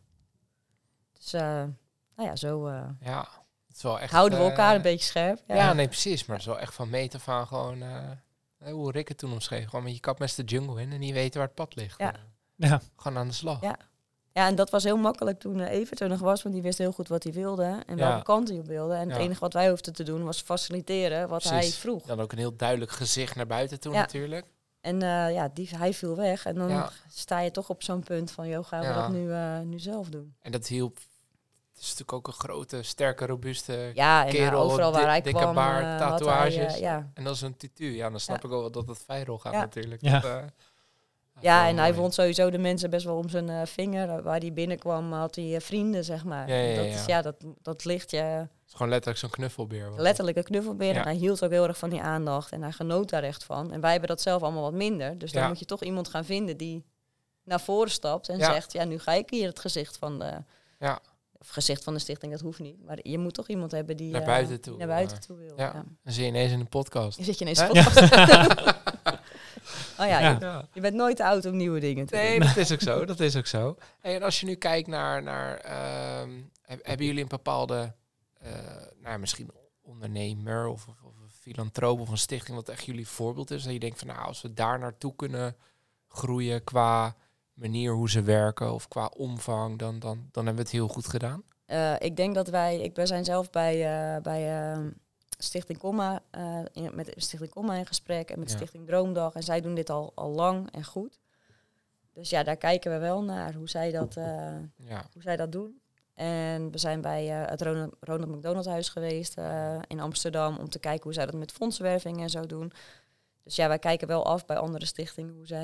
Dus zo
Ja, het is wel echt...
houden we elkaar een beetje scherp.
Ja, nee, precies. Maar het is wel echt van meet af aan gewoon... hoe Rick het toen omschreef. Gewoon met je kap met de jungle in en niet weten waar het pad ligt.
Ja.
Ja.
Gewoon aan de slag.
Ja. Ja, en dat was heel makkelijk toen Evert er nog was, want die wist heel goed wat hij wilde en welke kant hij op wilde. En het enige wat wij hoefden te doen was faciliteren wat hij vroeg.
Dan ook een heel duidelijk gezicht naar buiten toe natuurlijk.
En hij viel weg en dan sta je toch op zo'n punt van, joh, gaan we dat nu zelf doen?
En dat hielp. Het is natuurlijk ook een grote, sterke, robuuste
en
kerel.
overal waar hij
dikke
kwam,
baard, tatoeages.
hij,
En dat is een tutu. Ja, dan snap ik wel dat het viral gaat natuurlijk.
Ja.
Dat, en hij wond sowieso de mensen best wel om zijn vinger. Waar hij binnenkwam had hij vrienden, zeg maar. Dat ligt je... Het
is gewoon letterlijk zo'n knuffelbeer.
Letterlijk een knuffelbeer. En hij hield ook heel erg van die aandacht. En hij genoot daar echt van. En wij hebben dat zelf allemaal wat minder. Dus dan moet je toch iemand gaan vinden die naar voren stapt en zegt... nu ga ik hier het gezicht van de... Of gezicht van de stichting, dat hoeft niet. Maar je moet toch iemand hebben die...
Naar buiten toe
wil.
Ja. Dan zit je ineens in een podcast.
Dan zit je ineens in een podcast. Je bent nooit te oud om nieuwe dingen te doen.
Nee, dat is ook zo. Dat is ook zo. Hey, en als je nu kijkt naar hebben jullie een bepaalde, misschien ondernemer of een filantroop of een stichting wat echt jullie voorbeeld is? Dat je denkt van, als we daar naartoe kunnen groeien qua manier hoe ze werken of qua omvang, dan hebben we het heel goed gedaan.
Ik denk dat wij zijn zelf bij Stichting Comma, met Stichting Comma in gesprek en met Stichting Droomdag. En zij doen dit al lang en goed. Dus daar kijken we wel naar hoe zij dat doen. En we zijn bij het Ronald McDonald Huis geweest in Amsterdam om te kijken hoe zij dat met fondsenwerving en zo doen. Dus wij kijken wel af bij andere stichtingen hoe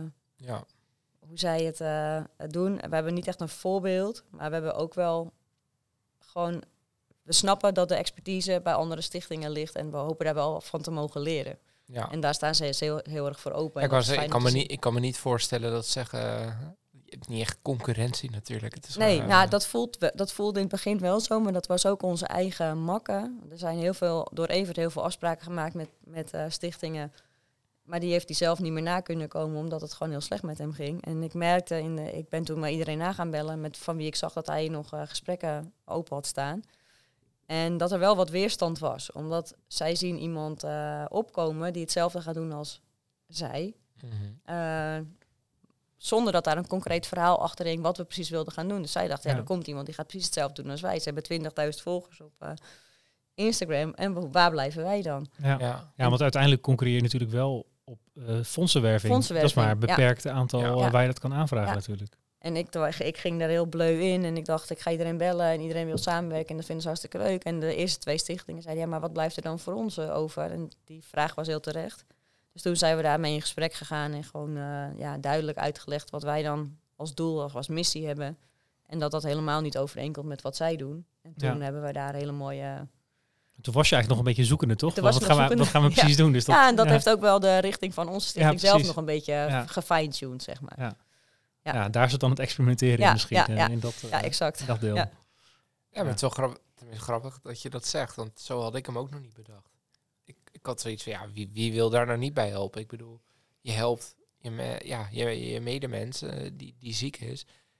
zij het doen. We hebben niet echt een voorbeeld, maar we hebben ook wel gewoon... We snappen dat de expertise bij andere stichtingen ligt en we hopen daar wel van te mogen leren. Ja. En daar staan ze heel erg voor open.
Ik kan me niet voorstellen dat ze zeggen... Je hebt niet echt concurrentie natuurlijk. Het is
dat voelde in het begin wel zo, maar dat was ook onze eigen makken. Er zijn door Evert heel veel afspraken gemaakt met stichtingen. Maar die heeft hij zelf niet meer na kunnen komen, omdat het gewoon heel slecht met hem ging. En ik merkte, ik ben toen maar iedereen na gaan bellen, van wie ik zag dat hij nog gesprekken open had staan. En dat er wel wat weerstand was, omdat zij zien iemand opkomen die hetzelfde gaat doen als zij. Mm-hmm. Zonder dat daar een concreet verhaal achter hing wat we precies wilden gaan doen. Dus zij dacht, er komt iemand die gaat precies hetzelfde doen als wij. Ze hebben 20.000 volgers op Instagram. En waar blijven wij dan?
Ja, want uiteindelijk concurreer je natuurlijk wel op fondsenwerving. Dat is maar een beperkt aantal waar je dat kan aanvragen natuurlijk. En
ik ging daar heel bleu in en ik dacht, ik ga iedereen bellen en iedereen wil samenwerken en dat vinden ze hartstikke leuk. En de eerste 2 stichtingen zeiden, maar wat blijft er dan voor ons over? En die vraag was heel terecht. Dus toen zijn we daarmee in gesprek gegaan en gewoon duidelijk uitgelegd wat wij dan als doel of als missie hebben. En dat helemaal niet overeenkomt met wat zij doen. En toen hebben we daar hele mooie...
Toen was je eigenlijk nog een beetje zoekende, toch? Wat gaan we precies doen? Dus
en dat heeft ook wel de richting van onze stichting zelf nog een beetje gefine-tuned, zeg maar.
Ja, daar zit dan het experimenteren in misschien. In dat,
exact.
Dat deel.
Ja, maar het is wel grappig dat je dat zegt, want zo had ik hem ook nog niet bedacht. Ik had zoiets van, wie wil daar nou niet bij helpen? Ik bedoel, je helpt je medemens die ziek is.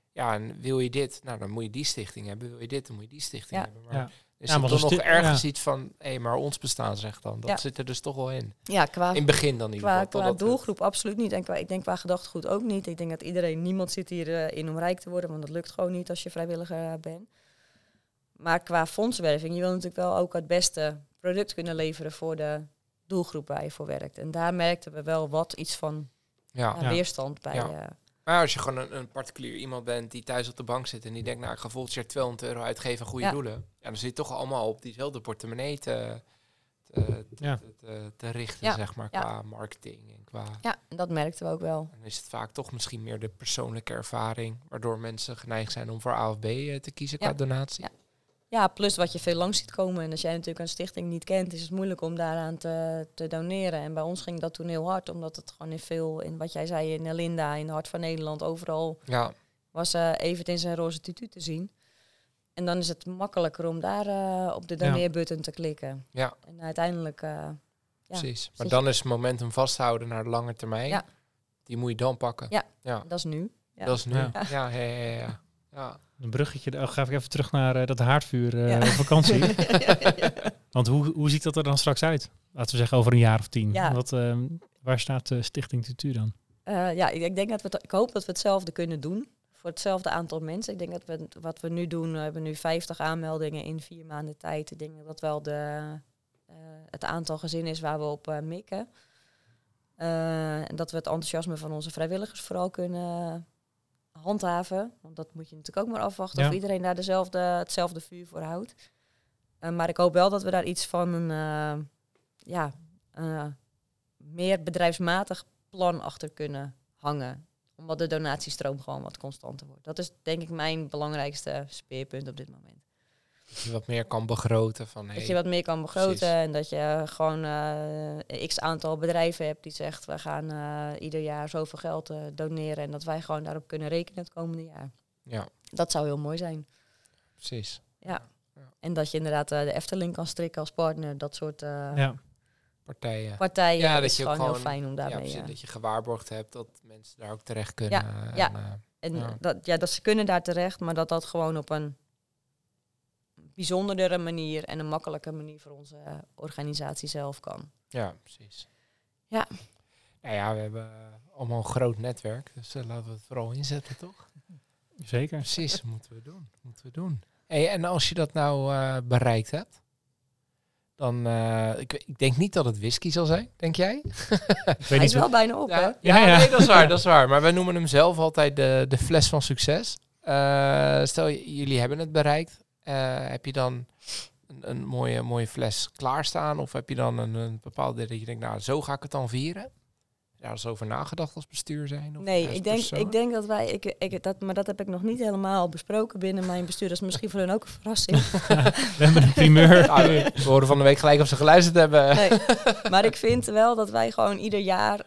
Ja, en wil je dit? Nou, dan moet je die stichting hebben. Wil je dit? Dan moet je die stichting hebben. Maar
Ja.
is
Ja,
er
maar
toch
als
nog
dit-
ergens iets van... maar ons bestaan zegt dan. Dat
Ja.
zit er dus toch wel in.
Ja,
In het begin dan in ieder geval.
qua
totdat
doelgroep absoluut niet. En ik denk qua gedachtegoed ook niet. Ik denk dat niemand zit hier in om rijk te worden. Want dat lukt gewoon niet als je vrijwilliger bent. Maar qua fondswerving, je wil natuurlijk wel ook het beste product kunnen leveren voor de doelgroep waar je voor werkt. En daar merkten we wel iets van
Ja.
weerstand bij.
Ja. Maar als je gewoon een particulier iemand bent die thuis op de bank zit en die denkt, nou, ik ga volgend jaar €200 uitgeven aan goede doelen. Ja, dan zit je toch allemaal op diezelfde portemonnee te richten, zeg maar, qua marketing en qua...
Ja, en dat merkten we ook wel.
Dan is het vaak toch misschien meer de persoonlijke ervaring, waardoor mensen geneigd zijn om voor A of B te kiezen qua donatie.
Ja. Ja, plus wat je veel langs ziet komen. En als jij natuurlijk een stichting niet kent, is het moeilijk om daaraan te doneren. En bij ons ging dat toen heel hard, omdat het gewoon in wat jij zei, in Linda, in het hart van Nederland, overal was Evert in zijn roze tutu te zien. En dan is het makkelijker om daar op de doneerbutton te klikken.
Ja.
En uiteindelijk...
Precies. Maar dan is momentum vasthouden naar de lange termijn. Ja. Die moet je dan pakken.
Ja. Dat is nu. Ja.
Dat is nu. Ja.
Een bruggetje, ga ik even terug naar dat haardvuur op vakantie. Want hoe ziet dat er dan straks uit? Laten we zeggen over een jaar of 10.
Ja.
Waar staat Stichting Tutu dan?
Ik denk ik hoop dat we hetzelfde kunnen doen. Voor hetzelfde aantal mensen. Ik denk dat wat we nu doen, we hebben nu 50 aanmeldingen in 4 maanden tijd. Ik denk dat dat wel het aantal gezinnen is waar we op mikken. En dat we het enthousiasme van onze vrijwilligers vooral kunnen handhaven. Want dat moet je natuurlijk ook maar afwachten of iedereen daar hetzelfde vuur voor houdt. Maar ik hoop wel dat we daar iets van een meer bedrijfsmatig plan achter kunnen hangen. Omdat de donatiestroom gewoon wat constanter wordt. Dat is denk ik mijn belangrijkste speerpunt op dit moment.
Dat je wat meer kan begroten. Dat
je wat meer kan begroten en dat je gewoon x aantal bedrijven hebt die zegt, we gaan ieder jaar zoveel geld doneren en dat wij gewoon daarop kunnen rekenen het komende jaar. Ja. Dat zou heel mooi zijn.
Precies.
Ja. En dat je inderdaad de Efteling kan strikken als partner, dat soort partijen. Ja, dat is gewoon heel fijn om daarmee...
Ja, dat je gewaarborgd hebt dat mensen daar ook terecht kunnen.
Dat ze kunnen daar terecht, maar dat gewoon op een bijzondere manier en een makkelijke manier voor onze organisatie zelf kan.
Ja, precies.
Ja.
Nou ja, we hebben allemaal een groot netwerk, dus laten we het vooral inzetten, toch?
Zeker.
Precies, moeten we doen. Hey, en als je dat nou bereikt hebt, dan, ik denk niet dat het whisky zal zijn, denk jij?
Hij is wel bijna op, hè?
Ja. Nee, dat is waar. Maar wij noemen hem zelf altijd de fles van succes. Stel, jullie hebben het bereikt. Heb je dan een mooie fles klaarstaan? Of heb je dan een bepaalde dat je denkt, nou, zo ga ik het dan vieren? Daar is over nagedacht als bestuur zijn? Of
nee, ik denk dat wij... maar dat heb ik nog niet helemaal besproken binnen mijn bestuur. Dat is misschien voor hen ook een verrassing.
We hebben een primeur.
We horen van de week gelijk of ze geluisterd hebben.
Nee, maar ik vind wel dat wij gewoon ieder jaar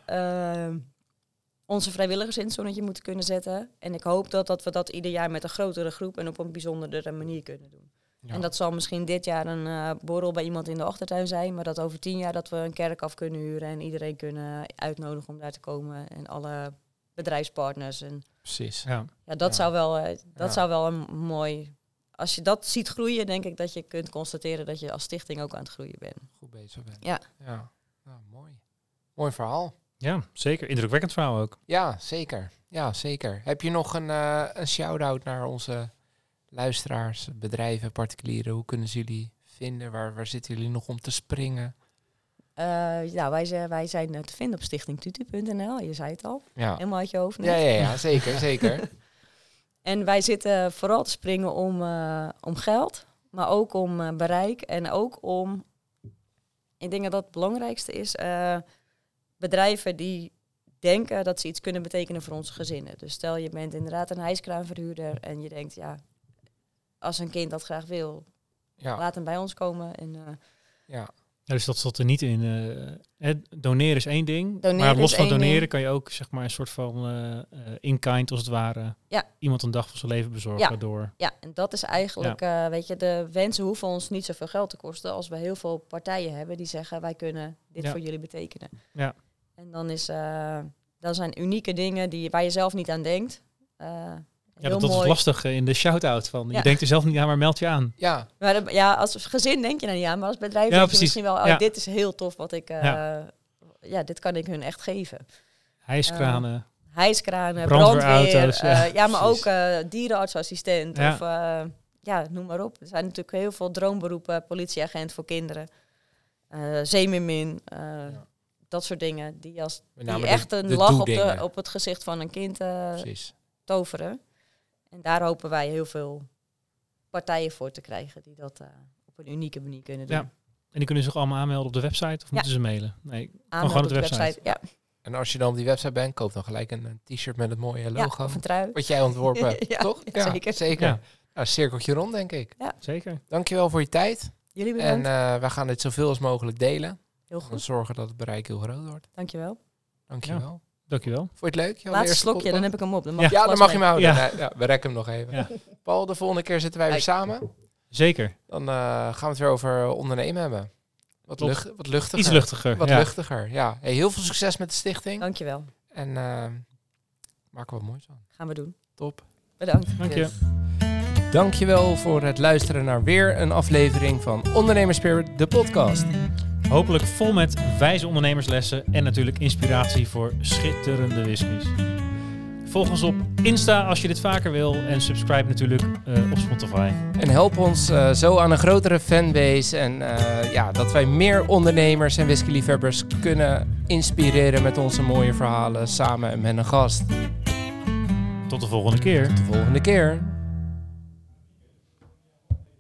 onze vrijwilligers in het zonnetje moeten kunnen zetten. En ik hoop dat we dat ieder jaar met een grotere groep en op een bijzondere manier kunnen doen. Ja. En dat zal misschien dit jaar een borrel bij iemand in de achtertuin zijn, maar dat over 10 jaar dat we een kerk af kunnen huren en iedereen kunnen uitnodigen om daar te komen en alle bedrijfspartners. En
precies.
Dat zou wel een mooi... Als je dat ziet groeien, denk ik dat je kunt constateren dat je als stichting ook aan het groeien bent.
Goed bezig bent.
Ja.
Nou, mooi. Mooi verhaal.
Ja, zeker. Indrukwekkend verhaal ook.
Ja, zeker. Heb je nog een shout-out naar onze luisteraars, bedrijven, particulieren? Hoe kunnen ze jullie vinden? Waar zitten jullie nog om te springen?
Wij zijn te vinden op stichtingtutu.nl. Je zei het al.
Ja.
Helemaal uit je hoofd.
Ja, zeker.
En wij zitten vooral te springen om geld, maar ook om bereik en ook om... Ik denk dat het belangrijkste is... bedrijven die denken dat ze iets kunnen betekenen voor onze gezinnen. Dus stel je bent inderdaad een hijskraanverhuurder en je denkt, als een kind dat graag wil, laat hem bij ons komen. En,
dus dat zat er niet in. Doneren is één ding, maar los van doneren kan je ook zeg maar een soort van in-kind als het ware iemand een dag van zijn leven bezorgen door. Ja,
en dat is eigenlijk, de wensen hoeven ons niet zoveel geld te kosten als we heel veel partijen hebben die zeggen, wij kunnen dit voor jullie betekenen.
Ja.
En dan zijn unieke dingen waar je zelf niet aan denkt.
Ja, dat is
mooi.
lastig in de shout-out. Van,
Ja.
Je denkt er zelf niet aan, maar meld je aan.
Ja,
Maar als gezin denk je dan niet aan, maar als bedrijf
Ja,
denk je
precies.
misschien wel,
Ja.
dit is heel tof wat ik, dit kan ik hun echt geven.
Hijskranen.
Hijskranen,
Brandweerauto's,
brandweer,
ja.
maar
Precies.
ook dierenartsassistent
Ja.
of noem maar op. Er zijn natuurlijk heel veel droomberoepen, politieagent voor kinderen, zeemermin, dat soort dingen die
met
die
name
echt
de
een lach
doedingen.
op het gezicht van een kind
Precies.
toveren. En daar hopen wij heel veel partijen voor te krijgen die dat op een unieke manier kunnen doen.
Ja. En die kunnen zich allemaal aanmelden op de website of moeten ze mailen? Nee, gewoon op de website.
Ja.
En als je dan op die website bent, koop dan gelijk een t-shirt met het mooie logo.
Of een trui.
Wat jij ontworpen hebt,
Ja,
toch?
ja, zeker.
Ja.
Nou, cirkeltje rond, denk ik.
Zeker.
Dankjewel voor je tijd.
Jullie
En
bedankt.
wij gaan dit zoveel als mogelijk delen.
Heel
Om
goed.
zorgen dat het bereik heel groot wordt.
Dankjewel.
Dankjewel.
Dankjewel.
Vond je het leuk? Jouw
Laatste
eerste
slokje, dan
podcast?
heb ik hem op. Dan mag
Ja.
ik
Ja, dan
vast
mag je
mee.
hem houden.
Ja.
Nee, ja, we rekken hem nog even.
Ja.
Paul, de volgende keer zitten wij weer
Hey.
samen.
Zeker.
Dan gaan we het weer over ondernemen hebben. Wat luchtiger.
Iets luchtiger.
Wat
ja.
luchtiger, ja. Hey, heel veel succes met de stichting.
Dankjewel.
En maken we wat moois van.
Gaan we doen.
Top.
Bedankt.
Dank je.
Dankjewel voor het luisteren naar weer een aflevering van Ondernemerspirit, de podcast.
Hopelijk vol met wijze ondernemerslessen en natuurlijk inspiratie voor schitterende whiskies. Volg ons op Insta als je dit vaker wil en subscribe natuurlijk op Spotify.
En help ons zo aan een grotere fanbase en dat wij meer ondernemers en whiskyliefhebbers kunnen inspireren met onze mooie verhalen samen en met een gast.
Tot de volgende keer.
Tot de volgende keer.